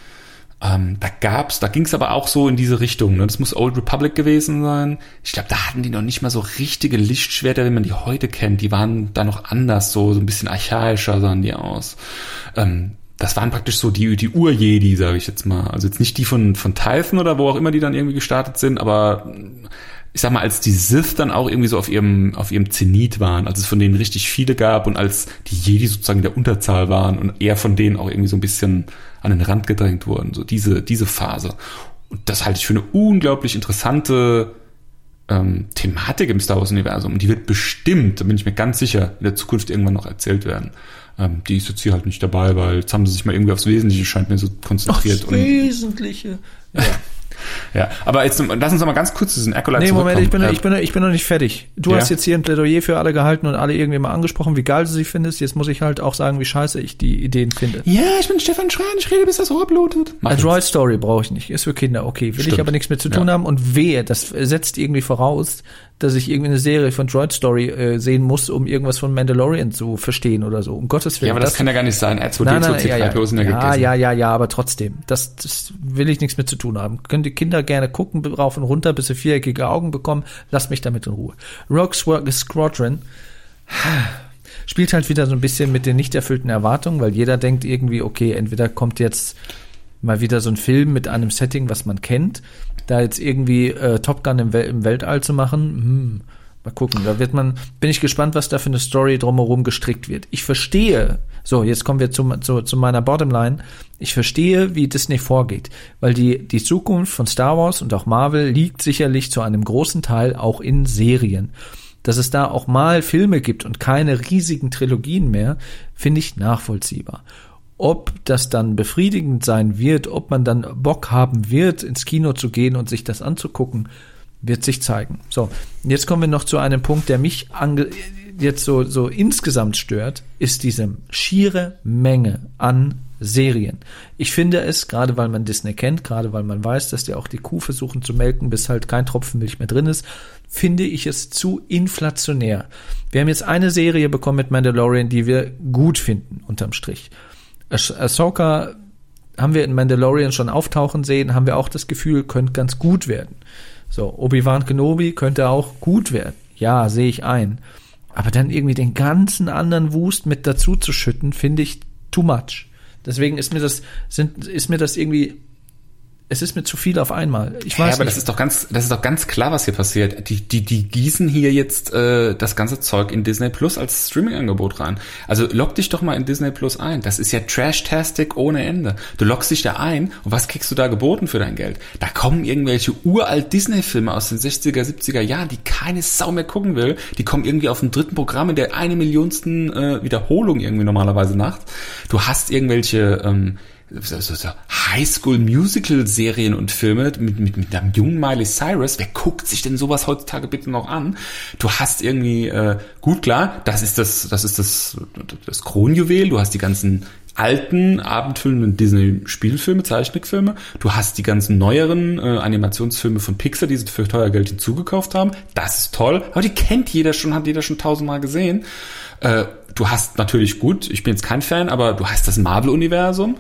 Ähm, da gab's, da ging's aber auch so in diese Richtung. Ne? Das muss Old Republic gewesen sein. Ich glaube, da hatten die noch nicht mal so richtige Lichtschwerter, wie man die heute kennt. Die waren da noch anders, so so ein bisschen archaischer sahen die aus. Ähm, das waren praktisch so die die Ur-Jedi, sage ich jetzt mal. Also jetzt nicht die von von Tython oder wo auch immer die dann irgendwie gestartet sind, aber ich sag mal, als die Sith dann auch irgendwie so auf ihrem auf ihrem Zenit waren, als es von denen richtig viele gab und als die Jedi sozusagen in der Unterzahl waren und eher von denen auch irgendwie so ein bisschen an den Rand gedrängt wurden, so diese diese Phase. Und das halte ich für eine unglaublich interessante ähm, Thematik im Star Wars Universum. Und die wird bestimmt, da bin ich mir ganz sicher, in der Zukunft irgendwann noch erzählt werden. Ähm, die ist jetzt hier halt nicht dabei, weil jetzt haben sie sich mal irgendwie aufs Wesentliche, scheint mir so konzentriert. Das und Wesentliche. Ja. Ja, aber jetzt lass uns noch mal ganz kurz diesen Acolyte Nee, Moment, ich bin, zurückkommen. ich, bin, ich bin noch nicht fertig. Du Ja. hast jetzt hier ein Plädoyer für alle gehalten und alle irgendwie mal angesprochen, wie geil du sie findest. Jetzt muss ich halt auch sagen, wie scheiße ich die Ideen finde. Ja, ich bin Stefan Schrein, ich rede, bis das Rohr blutet. Mach A jetzt. Droid Story brauche ich nicht. Ist für Kinder okay. Will Stimmt. ich aber nichts mit zu tun Ja. haben. Und wehe, das setzt irgendwie voraus, dass ich irgendwie eine Serie von Droid Story äh, sehen muss, um irgendwas von Mandalorian zu verstehen oder so. Um Gottes Willen. Ja, aber das, kann ja gar nicht sein. R zwei D Nein, zwei, nein, C ja, drei ja, P O sind ja ja, gegessen. ja, ja, ja, aber trotzdem, das, das will ich nichts mit zu tun haben. Können die Kinder gerne gucken, rauf und runter, bis sie viereckige Augen bekommen. Lasst mich damit in Ruhe. Rogue Squadron spielt halt wieder so ein bisschen mit den nicht erfüllten Erwartungen, weil jeder denkt irgendwie, okay, entweder kommt jetzt mal wieder so ein Film mit einem Setting, was man kennt, da jetzt irgendwie äh, Top Gun im, Wel- im Weltall zu machen, hm, mal gucken, da wird man, bin ich gespannt, was da für eine Story drumherum gestrickt wird. Ich verstehe, so, jetzt kommen wir zu, zu, zu meiner Bottomline, ich verstehe, wie Disney vorgeht, weil die, die Zukunft von Star Wars und auch Marvel liegt sicherlich zu einem großen Teil auch in Serien. Dass es da auch mal Filme gibt und keine riesigen Trilogien mehr, finde ich nachvollziehbar. Ob das dann befriedigend sein wird, ob man dann Bock haben wird, ins Kino zu gehen und sich das anzugucken, wird sich zeigen. So, jetzt kommen wir noch zu einem Punkt, der mich ange- jetzt so, so insgesamt stört, ist diese schiere Menge an Serien. Ich finde es, gerade weil man Disney kennt, gerade weil man weiß, dass die auch die Kuh versuchen zu melken, bis halt kein Tropfen Milch mehr drin ist, finde ich es zu inflationär. Wir haben jetzt eine Serie bekommen mit Mandalorian, die wir gut finden, unterm Strich. Ah- Ahsoka haben wir in Mandalorian schon auftauchen sehen, haben wir auch das Gefühl, könnte ganz gut werden. So, Obi-Wan Kenobi könnte auch gut werden. Ja, sehe ich ein. Aber dann irgendwie den ganzen anderen Wust mit dazu zu schütten, finde ich too much. Deswegen ist mir das, sind, ist mir das irgendwie, es ist mir zu viel auf einmal. Ich weiß ja, aber nicht. das ist doch ganz, das ist doch ganz klar, was hier passiert. Die, die, die gießen hier jetzt äh, das ganze Zeug in Disney Plus als Streaming-Angebot rein. Also log dich doch mal in Disney Plus ein. Das ist ja Trash-Tastic ohne Ende. Du loggst dich da ein und was kriegst du da geboten für dein Geld? Da kommen irgendwelche uralt Disney-Filme aus den sechziger, siebziger Jahren, die keine Sau mehr gucken will. Die kommen irgendwie auf dem dritten Programm in der eine Millionsten äh, Wiederholung irgendwie normalerweise nachts. Du hast irgendwelche ähm, So, so, so Highschool-Musical-Serien und Filme mit, mit, mit einem jungen Miley Cyrus. Wer guckt sich denn sowas heutzutage bitte noch an? Du hast irgendwie, äh, gut klar, das ist das, das ist das, das Kronjuwel. Du hast die ganzen alten, abendfüllenden Disney-Spielfilme, Zeichentrickfilme. Du hast die ganzen neueren äh, Animationsfilme von Pixar, die sie für teuer Geld hinzugekauft haben. Das ist toll. Aber die kennt jeder schon, hat jeder schon tausendmal gesehen. Äh, du hast natürlich gut, ich bin jetzt kein Fan, aber du hast das Marvel-Universum.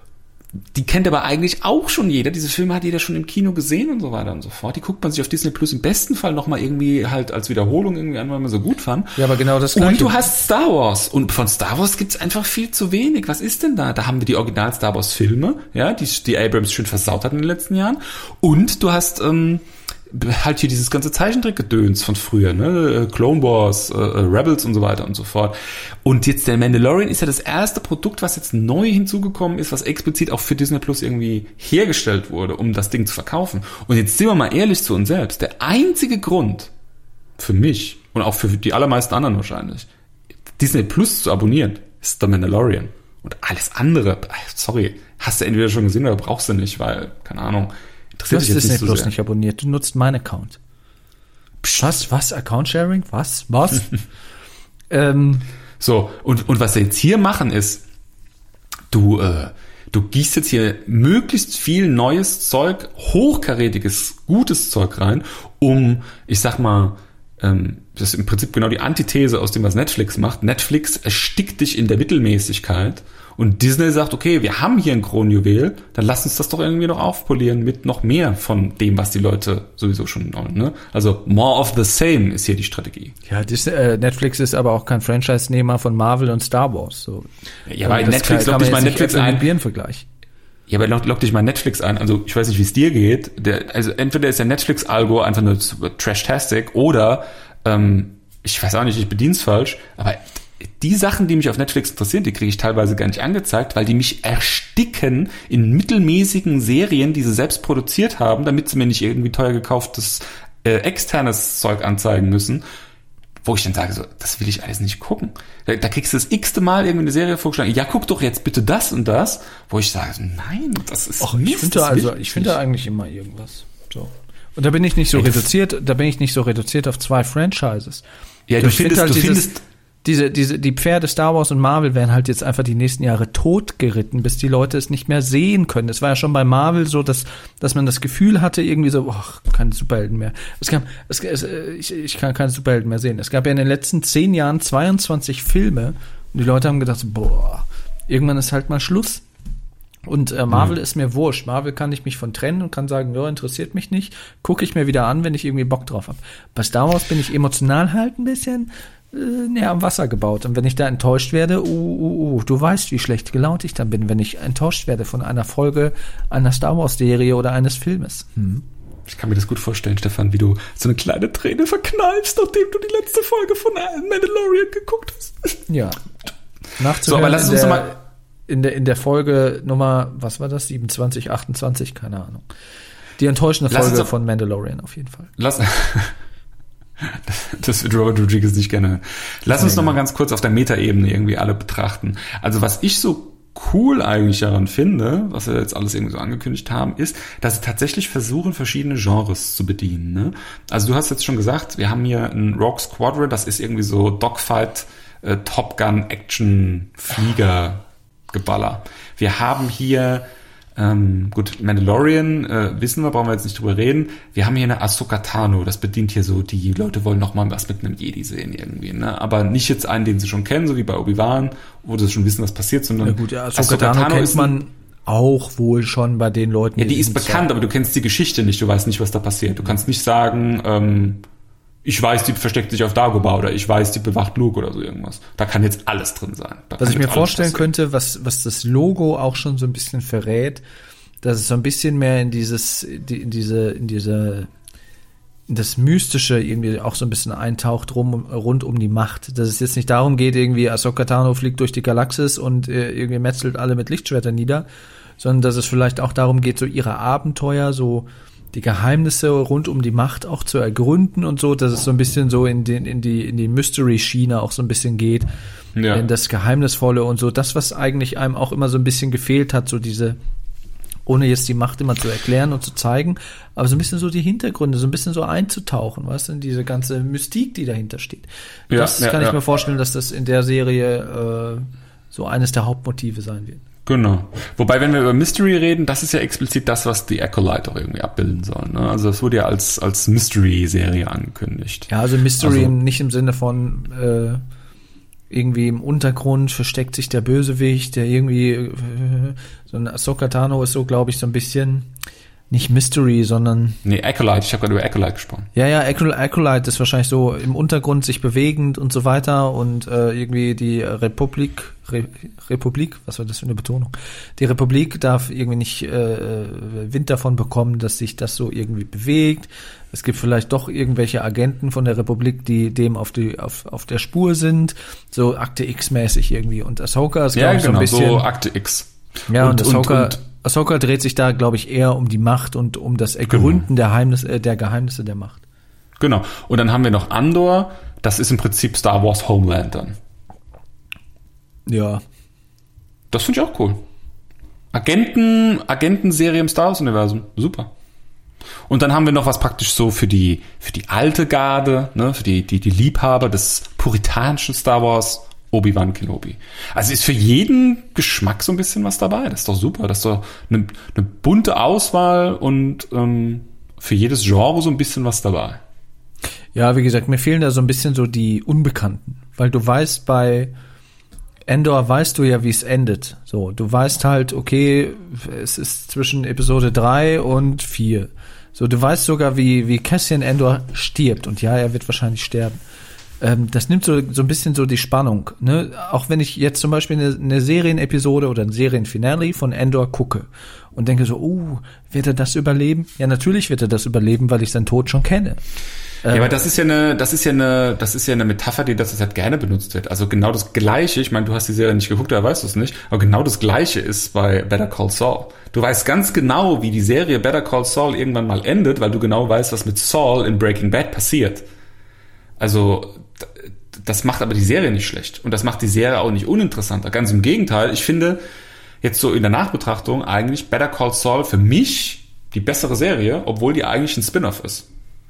Die kennt aber eigentlich auch schon jeder. Diese Filme hat jeder schon im Kino gesehen und so weiter und so fort. Die guckt man sich auf Disney Plus im besten Fall nochmal irgendwie halt als Wiederholung irgendwie an, weil man so gut fand. Ja, aber genau das Gleiche. Und du hast Star Wars. Und von Star Wars gibt's einfach viel zu wenig. Was ist denn da? Da haben wir die Original Star Wars Filme, ja, die, die Abrams schön versaut hat in den letzten Jahren. Und du hast, ähm, halt hier dieses ganze Zeichentrickgedöns von früher, ne, Clone Wars, äh, Rebels und so weiter und so fort. Und jetzt der Mandalorian ist ja das erste Produkt, was jetzt neu hinzugekommen ist, was explizit auch für Disney Plus irgendwie hergestellt wurde, um das Ding zu verkaufen. Und jetzt sind wir mal ehrlich zu uns selbst. Der einzige Grund für mich und auch für die allermeisten anderen wahrscheinlich, Disney Plus zu abonnieren, ist der Mandalorian. Und alles andere, sorry, hast du entweder schon gesehen oder brauchst du nicht, weil, keine Ahnung, Du hast Disney Plus so nicht abonniert. Du nutzt meinen Account. Psst. Was? Was? Account-Sharing? Was? Was? ähm. So, und, und was wir jetzt hier machen ist, du, äh, du gießt jetzt hier möglichst viel neues Zeug, hochkarätiges, gutes Zeug rein, um, ich sag mal, ähm, das ist im Prinzip genau die Antithese aus dem, was Netflix macht. Netflix erstickt dich in der Mittelmäßigkeit. Und Disney sagt, okay, wir haben hier ein Kronjuwel, dann lass uns das doch irgendwie noch aufpolieren mit noch mehr von dem, was die Leute sowieso schon wollen. Ne? Also more of the same ist hier die Strategie. Ja, Disney, äh, Netflix ist aber auch kein Franchise-Nehmer von Marvel und Star Wars. So. Ja, aber Netflix lockt dich mal Netflix ein. Vergleich. Ja, aber lock, lock dich mal Netflix ein. Also ich weiß nicht, wie es dir geht. Der, also entweder ist der Netflix-Algo einfach nur Trash-tastic oder ähm, ich weiß auch nicht, ich bediene es falsch, aber die Sachen, die mich auf Netflix interessieren, die kriege ich teilweise gar nicht angezeigt, weil die mich ersticken in mittelmäßigen Serien, die sie selbst produziert haben, damit sie mir nicht irgendwie teuer gekauftes äh, externes Zeug anzeigen müssen, wo ich dann sage, so, das will ich alles nicht gucken. Da, da kriegst du das x-te Mal irgendwie eine Serie vorgeschlagen, ja, guck doch jetzt bitte das und das, wo ich sage, nein, das ist Och, ich finde also, ich finde eigentlich immer irgendwas. So. Und da bin ich nicht so Ey, reduziert, da bin ich nicht so reduziert auf zwei Franchises. Ja, du findest, halt du dieses, findest Diese, diese, die Pferde Star Wars und Marvel werden halt jetzt einfach die nächsten Jahre totgeritten, bis die Leute es nicht mehr sehen können. Es war ja schon bei Marvel so, dass, dass man das Gefühl hatte, irgendwie so, ach, keine Superhelden mehr. Es gab, es, es, ich, ich kann keine Superhelden mehr sehen. Es gab ja in den letzten zehn Jahren zweiundzwanzig Filme und die Leute haben gedacht, boah, irgendwann ist halt mal Schluss. Und äh, Marvel mhm. ist mir wurscht. Marvel kann ich mich von trennen und kann sagen, ja, interessiert mich nicht. Gucke ich mir wieder an, wenn ich irgendwie Bock drauf habe. Bei Star Wars bin ich emotional halt ein bisschen näher am Wasser gebaut. Und wenn ich da enttäuscht werde, uh, uh, uh, du weißt, wie schlecht gelaunt ich dann bin, wenn ich enttäuscht werde von einer Folge einer Star Wars-Serie oder eines Filmes. Hm. Ich kann mir das gut vorstellen, Stefan, wie du so eine kleine Träne verkneifst, nachdem du die letzte Folge von Mandalorian geguckt hast. Ja. Nachzuhören so, aber lass uns in, der, mal in der in der Folge Nummer, was war das, siebenundzwanzig, achtundzwanzig, keine Ahnung. Die enttäuschende lass Folge von Mandalorian auf jeden Fall. Lass Das wird Robert Rodriguez nicht gerne hören. Lass uns ja, noch mal ganz kurz auf der Metaebene irgendwie alle betrachten. Also was ich so cool eigentlich daran finde, was wir jetzt alles irgendwie so angekündigt haben, ist, dass sie tatsächlich versuchen, verschiedene Genres zu bedienen. Ne? Also du hast jetzt schon gesagt, wir haben hier ein Rogue Squadron, das ist irgendwie so Dogfight, äh, Top Gun, Action, Flieger, Geballer. Wir haben hier Ähm, gut, Mandalorian, äh, wissen wir, brauchen wir jetzt nicht drüber reden. Wir haben hier eine Ahsoka Tano, das bedient hier so, die Leute wollen noch mal was mit einem Jedi sehen irgendwie, ne? Aber nicht jetzt einen, den sie schon kennen, so wie bei Obi-Wan, wo sie schon wissen, was passiert, sondern ja gut, ja, Ahsoka, Ahsoka Tano, Tano kennt man auch wohl schon bei den Leuten. Ja, die ist bekannt, aber du kennst die Geschichte nicht, du weißt nicht, was da passiert. Du kannst nicht sagen, ähm, ich weiß, die versteckt sich auf Dagobah oder ich weiß, die bewacht Luke oder so irgendwas. Da kann jetzt alles drin sein. Da was ich mir vorstellen passieren. könnte, was, was das Logo auch schon so ein bisschen verrät, dass es so ein bisschen mehr in dieses, in diese, in diese, in das Mystische irgendwie auch so ein bisschen eintaucht rum, rund um die Macht. Dass es jetzt nicht darum geht, irgendwie Ahsoka Tano fliegt durch die Galaxis und äh, irgendwie metzelt alle mit Lichtschwertern nieder, sondern dass es vielleicht auch darum geht, so ihre Abenteuer, so die Geheimnisse rund um die Macht auch zu ergründen und so, dass es so ein bisschen so in den, in die, in die Mystery-Schiene auch so ein bisschen geht. Ja. In das Geheimnisvolle und so. Das, was eigentlich einem auch immer so ein bisschen gefehlt hat, so diese, ohne jetzt die Macht immer zu erklären und zu zeigen, aber so ein bisschen so die Hintergründe, so ein bisschen so einzutauchen, weißt du, in diese ganze Mystik, die dahinter steht. Ja, das ja, kann ich ja. mir vorstellen, dass das in der Serie äh, so eines der Hauptmotive sein wird. Genau. Wobei, wenn wir über Mystery reden, das ist ja explizit das, was The Acolyte auch irgendwie abbilden soll. Ne? Also das wurde ja als als Mystery-Serie angekündigt. Ja, also Mystery also, nicht im Sinne von äh, irgendwie im Untergrund versteckt sich der Bösewicht, der irgendwie äh, so ein Ahsoka Tano ist so, glaube ich, so ein bisschen nicht Mystery, sondern nee, Acolyte, ich habe gerade über Acolyte gesprochen. Ja, ja, Acolyte ist wahrscheinlich so im Untergrund sich bewegend und so weiter und äh, irgendwie die Republik Re- Republik, was war das für eine Betonung? Die Republik darf irgendwie nicht äh, Wind davon bekommen, dass sich das so irgendwie bewegt. Es gibt vielleicht doch irgendwelche Agenten von der Republik, die dem auf die auf auf der Spur sind, so Akte X-mäßig irgendwie. Und Ahsoka ist, glaube ja, ich, genau, so ein bisschen so Akte X. Ja, und, und Ahsoka, und, und Ahsoka dreht sich da, glaube ich, eher um die Macht und um das Ergründen genau. der, Heimnis, äh, der Geheimnisse der Macht. Genau. Und dann haben wir noch Andor. Das ist im Prinzip Star Wars Homeland dann. Ja. Das finde ich auch cool. Agenten, Agentenserie im Star Wars Universum. Super. Und dann haben wir noch was praktisch so für die, für die alte Garde, ne, für die, die, die Liebhaber des puritanischen Star Wars, Obi-Wan Kenobi. Also ist für jeden Geschmack so ein bisschen was dabei. Das ist doch super. Das ist doch eine, eine bunte Auswahl und ähm, für jedes Genre so ein bisschen was dabei. Ja, wie gesagt, mir fehlen da so ein bisschen so die Unbekannten. Weil du weißt, bei Endor weißt du ja, wie es endet. So, du weißt halt, okay, es ist zwischen Episode drei und vier. So, du weißt sogar, wie, wie Cassian Andor stirbt. Und ja, er wird wahrscheinlich sterben. Das nimmt so, so ein bisschen so die Spannung, ne? Auch wenn ich jetzt zum Beispiel eine, eine Serienepisode oder ein Serienfinale von Andor gucke und denke so, uh, wird er das überleben? Ja, natürlich wird er das überleben, weil ich seinen Tod schon kenne. Ja, aber das ist ja eine, das ist ja eine, das ist ja eine Metapher, die das halt gerne benutzt wird. Also genau das Gleiche, ich meine, du hast die Serie nicht geguckt, da weißt du es nicht, aber genau das Gleiche ist bei Better Call Saul. Du weißt ganz genau, wie die Serie Better Call Saul irgendwann mal endet, weil du genau weißt, was mit Saul in Breaking Bad passiert. Also das macht aber die Serie nicht schlecht und das macht die Serie auch nicht uninteressanter. Ganz im Gegenteil, ich finde jetzt so in der Nachbetrachtung eigentlich Better Call Saul für mich die bessere Serie, obwohl die eigentlich ein Spin-off ist.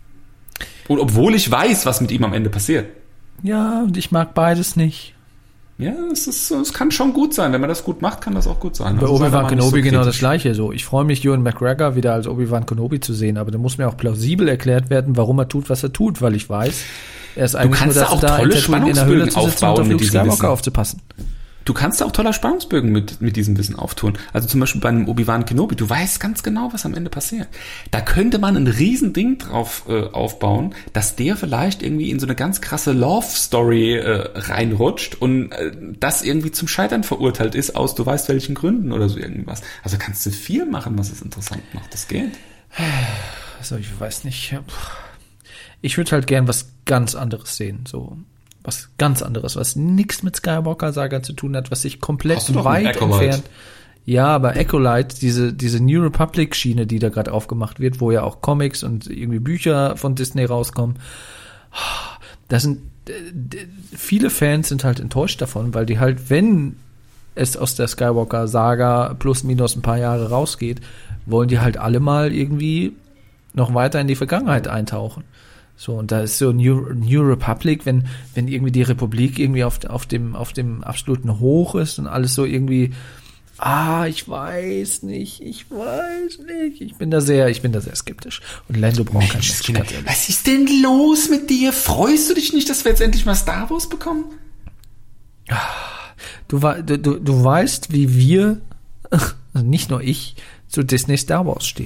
Und obwohl ich weiß, was mit ihm am Ende passiert. Ja, und ich mag beides nicht. Ja, es, ist, es kann schon gut sein. Wenn man das gut macht, kann das auch gut sein. Bei also Obi-Wan Kenobi so genau das Gleiche. So, ich freue mich, Ewan McGregor wieder als Obi-Wan Kenobi zu sehen, aber da muss mir auch plausibel erklärt werden, warum er tut, was er tut, weil ich weiß, er ist eigentlich nur dazu da, in der Höhle zu sitzen und auf Luke Skywalker aufzupassen. Du kannst da auch toller Spannungsbögen mit, mit diesem Wissen auftun. Also zum Beispiel bei einem Obi-Wan Kenobi. Du weißt ganz genau, was am Ende passiert. Da könnte man ein Riesending drauf äh, aufbauen, dass der vielleicht irgendwie in so eine ganz krasse Love-Story äh, reinrutscht und äh, das irgendwie zum Scheitern verurteilt ist aus du weißt welchen Gründen oder so irgendwas. Also kannst du viel machen, was es interessant macht. Das geht. Also ich weiß nicht. Ich würde halt gern was ganz anderes sehen. So was ganz anderes, was nichts mit Skywalker-Saga zu tun hat, was sich komplett weit entfernt. Ja, aber Acolyte, diese diese New Republic-Schiene, die da gerade aufgemacht wird, wo ja auch Comics und irgendwie Bücher von Disney rauskommen, da sind viele Fans sind halt enttäuscht davon, weil die halt, wenn es aus der Skywalker-Saga plus minus ein paar Jahre rausgeht, wollen die halt alle mal irgendwie noch weiter in die Vergangenheit eintauchen. So, und da ist so New, New Republic, wenn, wenn irgendwie die Republik irgendwie auf, auf dem, auf dem absoluten Hoch ist und alles so irgendwie, ah, ich weiß nicht, ich weiß nicht, ich bin da sehr, ich bin da sehr skeptisch. Und Lando braucht keinen Mensch. Was ist denn los mit dir? Freust du dich nicht, dass wir jetzt endlich mal Star Wars bekommen? Du, du, du weißt, wie wir also nicht nur ich, zu Disney Star Wars stehen.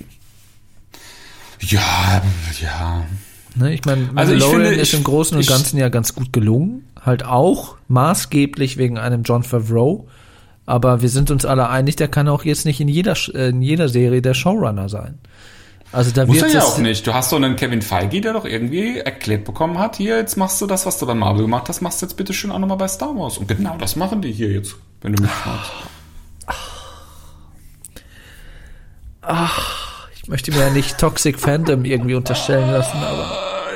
Ja, ja. Ne, ich meine, Also ich Mandalorian finde, ist ich- im Großen und ich- Ganzen ja ganz gut gelungen. Halt auch maßgeblich wegen einem Jon Favreau. Aber wir sind uns alle einig, der kann auch jetzt nicht in jeder, Sch- äh, in jeder Serie der Showrunner sein. Also da Muss wird er ja es- auch nicht. Du hast so einen Kevin Feige, der doch irgendwie erklärt bekommen hat, hier, jetzt machst du das, was du bei Marvel gemacht hast, machst du jetzt bitte schön auch nochmal bei Star Wars. Und genau das machen die hier jetzt, wenn du mich fragst. Ich möchte mir ja nicht Toxic Fandom irgendwie unterstellen lassen, aber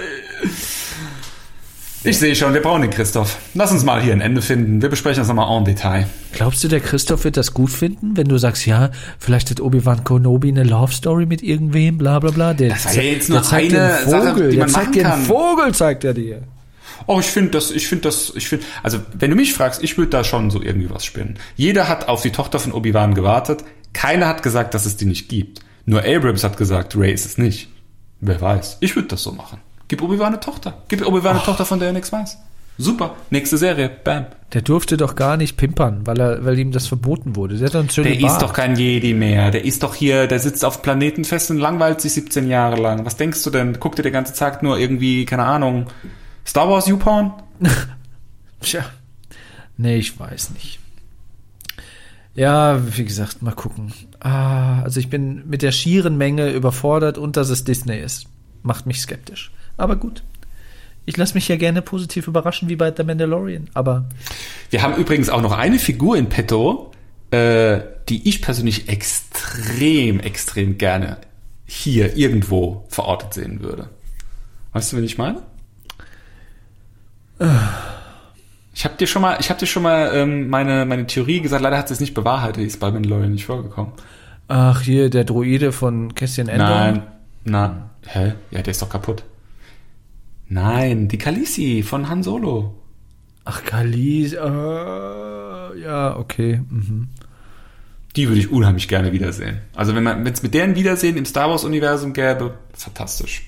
Ich sehe schon, wir brauchen den Christoph. Lass uns mal hier ein Ende finden. Wir besprechen das nochmal en Detail. glaubst du, der Christoph wird das gut finden, wenn du sagst, ja, vielleicht hat Obi-Wan Kenobi eine Love Story mit irgendwem, bla bla bla. Der, Das war ja jetzt nur der zeigt eine dir einen Sache, Vogel, die der man zeigt machen dir einen kann. Vogel, zeigt er dir. Oh, ich finde das, ich finde das, ich finde, also wenn du mich fragst, ich würde da schon so irgendwie was spinnen. Jeder hat auf die Tochter von Obi-Wan gewartet. Keiner hat gesagt, dass es die nicht gibt. Nur Abrams hat gesagt, Rey ist es nicht. Wer weiß. Ich würde das so machen. Gib Obi-Wan eine Tochter. Gib Obi-Wan eine Tochter, von der er nichts weiß. Super. Nächste Serie. Bam. Der durfte doch gar nicht pimpern, weil er, weil ihm das verboten wurde. Der hat doch einen schönen Der Bart. ist doch kein Jedi mehr. Der ist doch hier, der sitzt auf Planeten fest und langweilt sich siebzehn Jahre lang. Was denkst du denn? Guckt dir die ganze Zeit nur irgendwie, keine Ahnung, Star Wars YouPorn? Tja. Nee, ich weiß nicht. Ja, wie gesagt, mal gucken. Ah, also ich bin mit der schieren Menge überfordert und dass es Disney ist. Macht mich skeptisch. Aber gut. Ich lasse mich ja gerne positiv überraschen, wie bei The Mandalorian. Aber Wir haben übrigens auch noch eine Figur in petto, äh, die ich persönlich extrem, extrem gerne hier irgendwo verortet sehen würde. Weißt du, wen ich meine? Ich habe dir schon mal, ich habe dir schon mal ähm, meine meine Theorie gesagt. Leider hat sie es nicht bewahrheitet. Die ist bei Mandalorian nicht vorgekommen. ach, hier der Droide von Cassian Andor. Nein, na, hä? Ja, der ist doch kaputt. Nein, die Khaleesi von Han Solo. Ach, Khaleesi. Äh, ja, okay. Mhm. Die würde ich unheimlich gerne wiedersehen. Also wenn man, wenn es mit deren Wiedersehen im Star Wars Universum gäbe, fantastisch.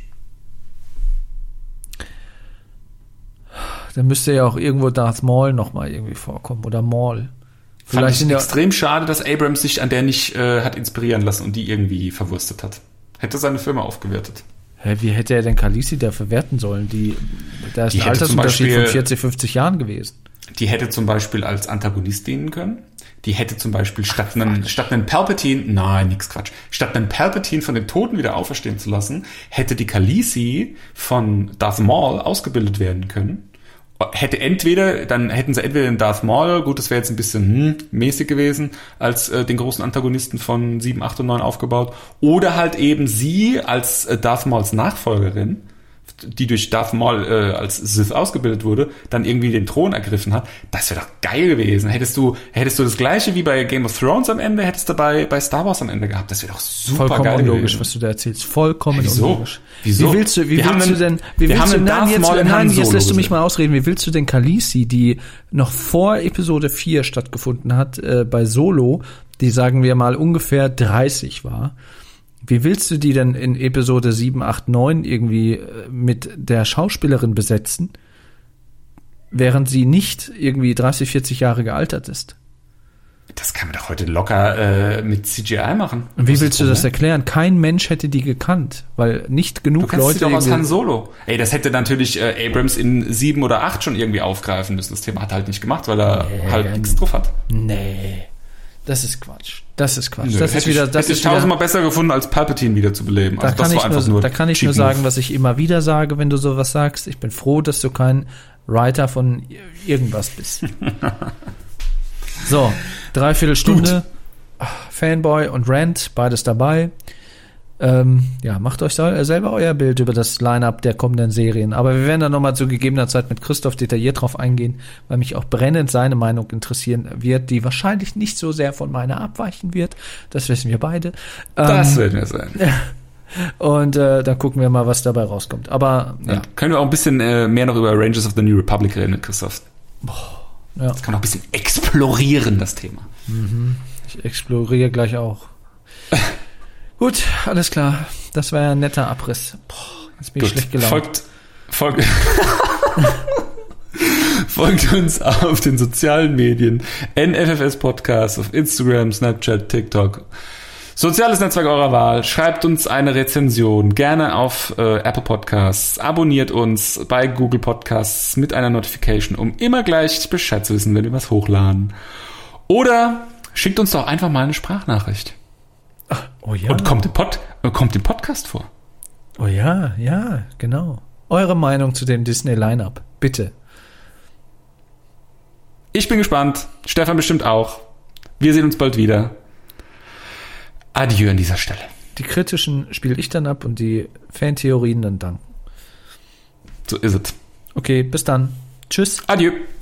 Dann müsste ja auch irgendwo Darth Maul nochmal irgendwie vorkommen. Oder Maul. Vielleicht Vielleicht Fand in ich der, extrem schade, dass Abrams sich an der nicht äh, hat inspirieren lassen und die irgendwie verwurstet hat. Hätte seine Firma aufgewertet. Hä, wie hätte er denn Khaleesi da verwerten sollen? Die, da ist Die ein hätte zum Altersunterschied Beispiel- von vierzig, fünfzig Jahren gewesen. Die hätte zum Beispiel als Antagonist dienen können. Die hätte zum Beispiel statt einem, statt einem Palpatine, nein, nix Quatsch, statt einem Palpatine von den Toten wieder auferstehen zu lassen, hätte die Khaleesi von Darth Maul ausgebildet werden können. Hätte entweder, dann hätten sie entweder den Darth Maul, gut, das wäre jetzt ein bisschen hm, mäßig gewesen, als äh, den großen Antagonisten von sieben, acht und neun aufgebaut, oder halt eben sie als äh, Darth Mauls Nachfolgerin, die durch Darth Maul äh, als Sith ausgebildet wurde, dann irgendwie den Thron ergriffen hat. Das wäre doch geil gewesen. Hättest du hättest du das gleiche wie bei Game of Thrones am Ende, hättest du bei, bei Star Wars am Ende gehabt. Das wäre doch super Vollkommen geil unlogisch, gewesen. was du da erzählst. Vollkommen Hey, wieso? unlogisch. Wieso? Wie willst du, wie Wir haben willst du einen- denn, wie wir willst haben du, einen nein, Darth jetzt, Maul in nein, Han jetzt Solo lässt du mich gesehen. mal ausreden. Wie willst du denn Khaleesi, die noch vor Episode vier stattgefunden hat, äh, bei Solo, die sagen wir mal ungefähr dreißig war, wie willst du die denn in Episode sieben, acht, neun irgendwie äh, mit der Schauspielerin besetzen, während sie nicht irgendwie dreißig, vierzig Jahre gealtert ist? Das kann man doch heute locker äh, mit C G I machen. Und wie Was willst ist du das Problem? erklären? Kein Mensch hätte die gekannt, weil nicht genug Du kennst Leute sie doch aus irgendwie- Han Solo. Ey, das hätte natürlich äh, Abrams in sieben oder acht schon irgendwie aufgreifen müssen. Das Thema hat er halt nicht gemacht, weil er Nee. halt nichts drauf hat. Nee, das ist Quatsch. Das ist Quatsch. Nö, das hätte ist wieder, ich, das hätte ist ich tausendmal wieder, besser gefunden, als Palpatine wieder zu beleben. da Also kann das ich war einfach nur, nur da kann ich nur cheap move. sagen, was ich immer wieder sage, wenn du sowas sagst. Ich bin froh, dass du kein Writer von irgendwas bist. So, dreiviertel Stunde. Fanboy und Rant, beides dabei. Ähm, ja, macht euch sel- selber euer Bild über das Line-Up der kommenden Serien. Aber wir werden da nochmal zu gegebener Zeit mit Christoph detailliert drauf eingehen, weil mich auch brennend seine Meinung interessieren wird, die wahrscheinlich nicht so sehr von meiner abweichen wird. Das wissen wir beide. Das Ähm, werden wir sein. und äh, dann gucken wir mal, was dabei rauskommt. Aber ja, Ja. Können wir auch ein bisschen äh, mehr noch über Rangers of the New Republic reden mit Christoph? ja. Das kann auch ein bisschen explorieren, das Thema. Ich exploriere gleich auch. Gut, alles klar. Das war ja ein netter Abriss. Boah, jetzt bin ich schlecht gelaunt. Folgt, folgt, Folgt uns auf den sozialen Medien, N F F S Podcast, auf Instagram, Snapchat, TikTok. Soziales Netzwerk eurer Wahl. Schreibt uns eine Rezension, gerne auf äh, Apple Podcasts. Abonniert uns bei Google Podcasts mit einer Notification, um immer gleich Bescheid zu wissen, wenn wir was hochladen. Oder schickt uns doch einfach mal eine Sprachnachricht. Ach, oh ja. Und kommt im, Pod, äh, kommt im Podcast vor. Oh ja, ja, genau. Eure Meinung zu dem Disney-Line-Up, bitte. Ich bin gespannt. Stefan bestimmt auch. Wir sehen uns bald wieder. Adieu an dieser Stelle. Die kritischen spiele ich dann ab und die Fantheorien dann danken. So ist es. Okay, bis dann. Tschüss. Adieu.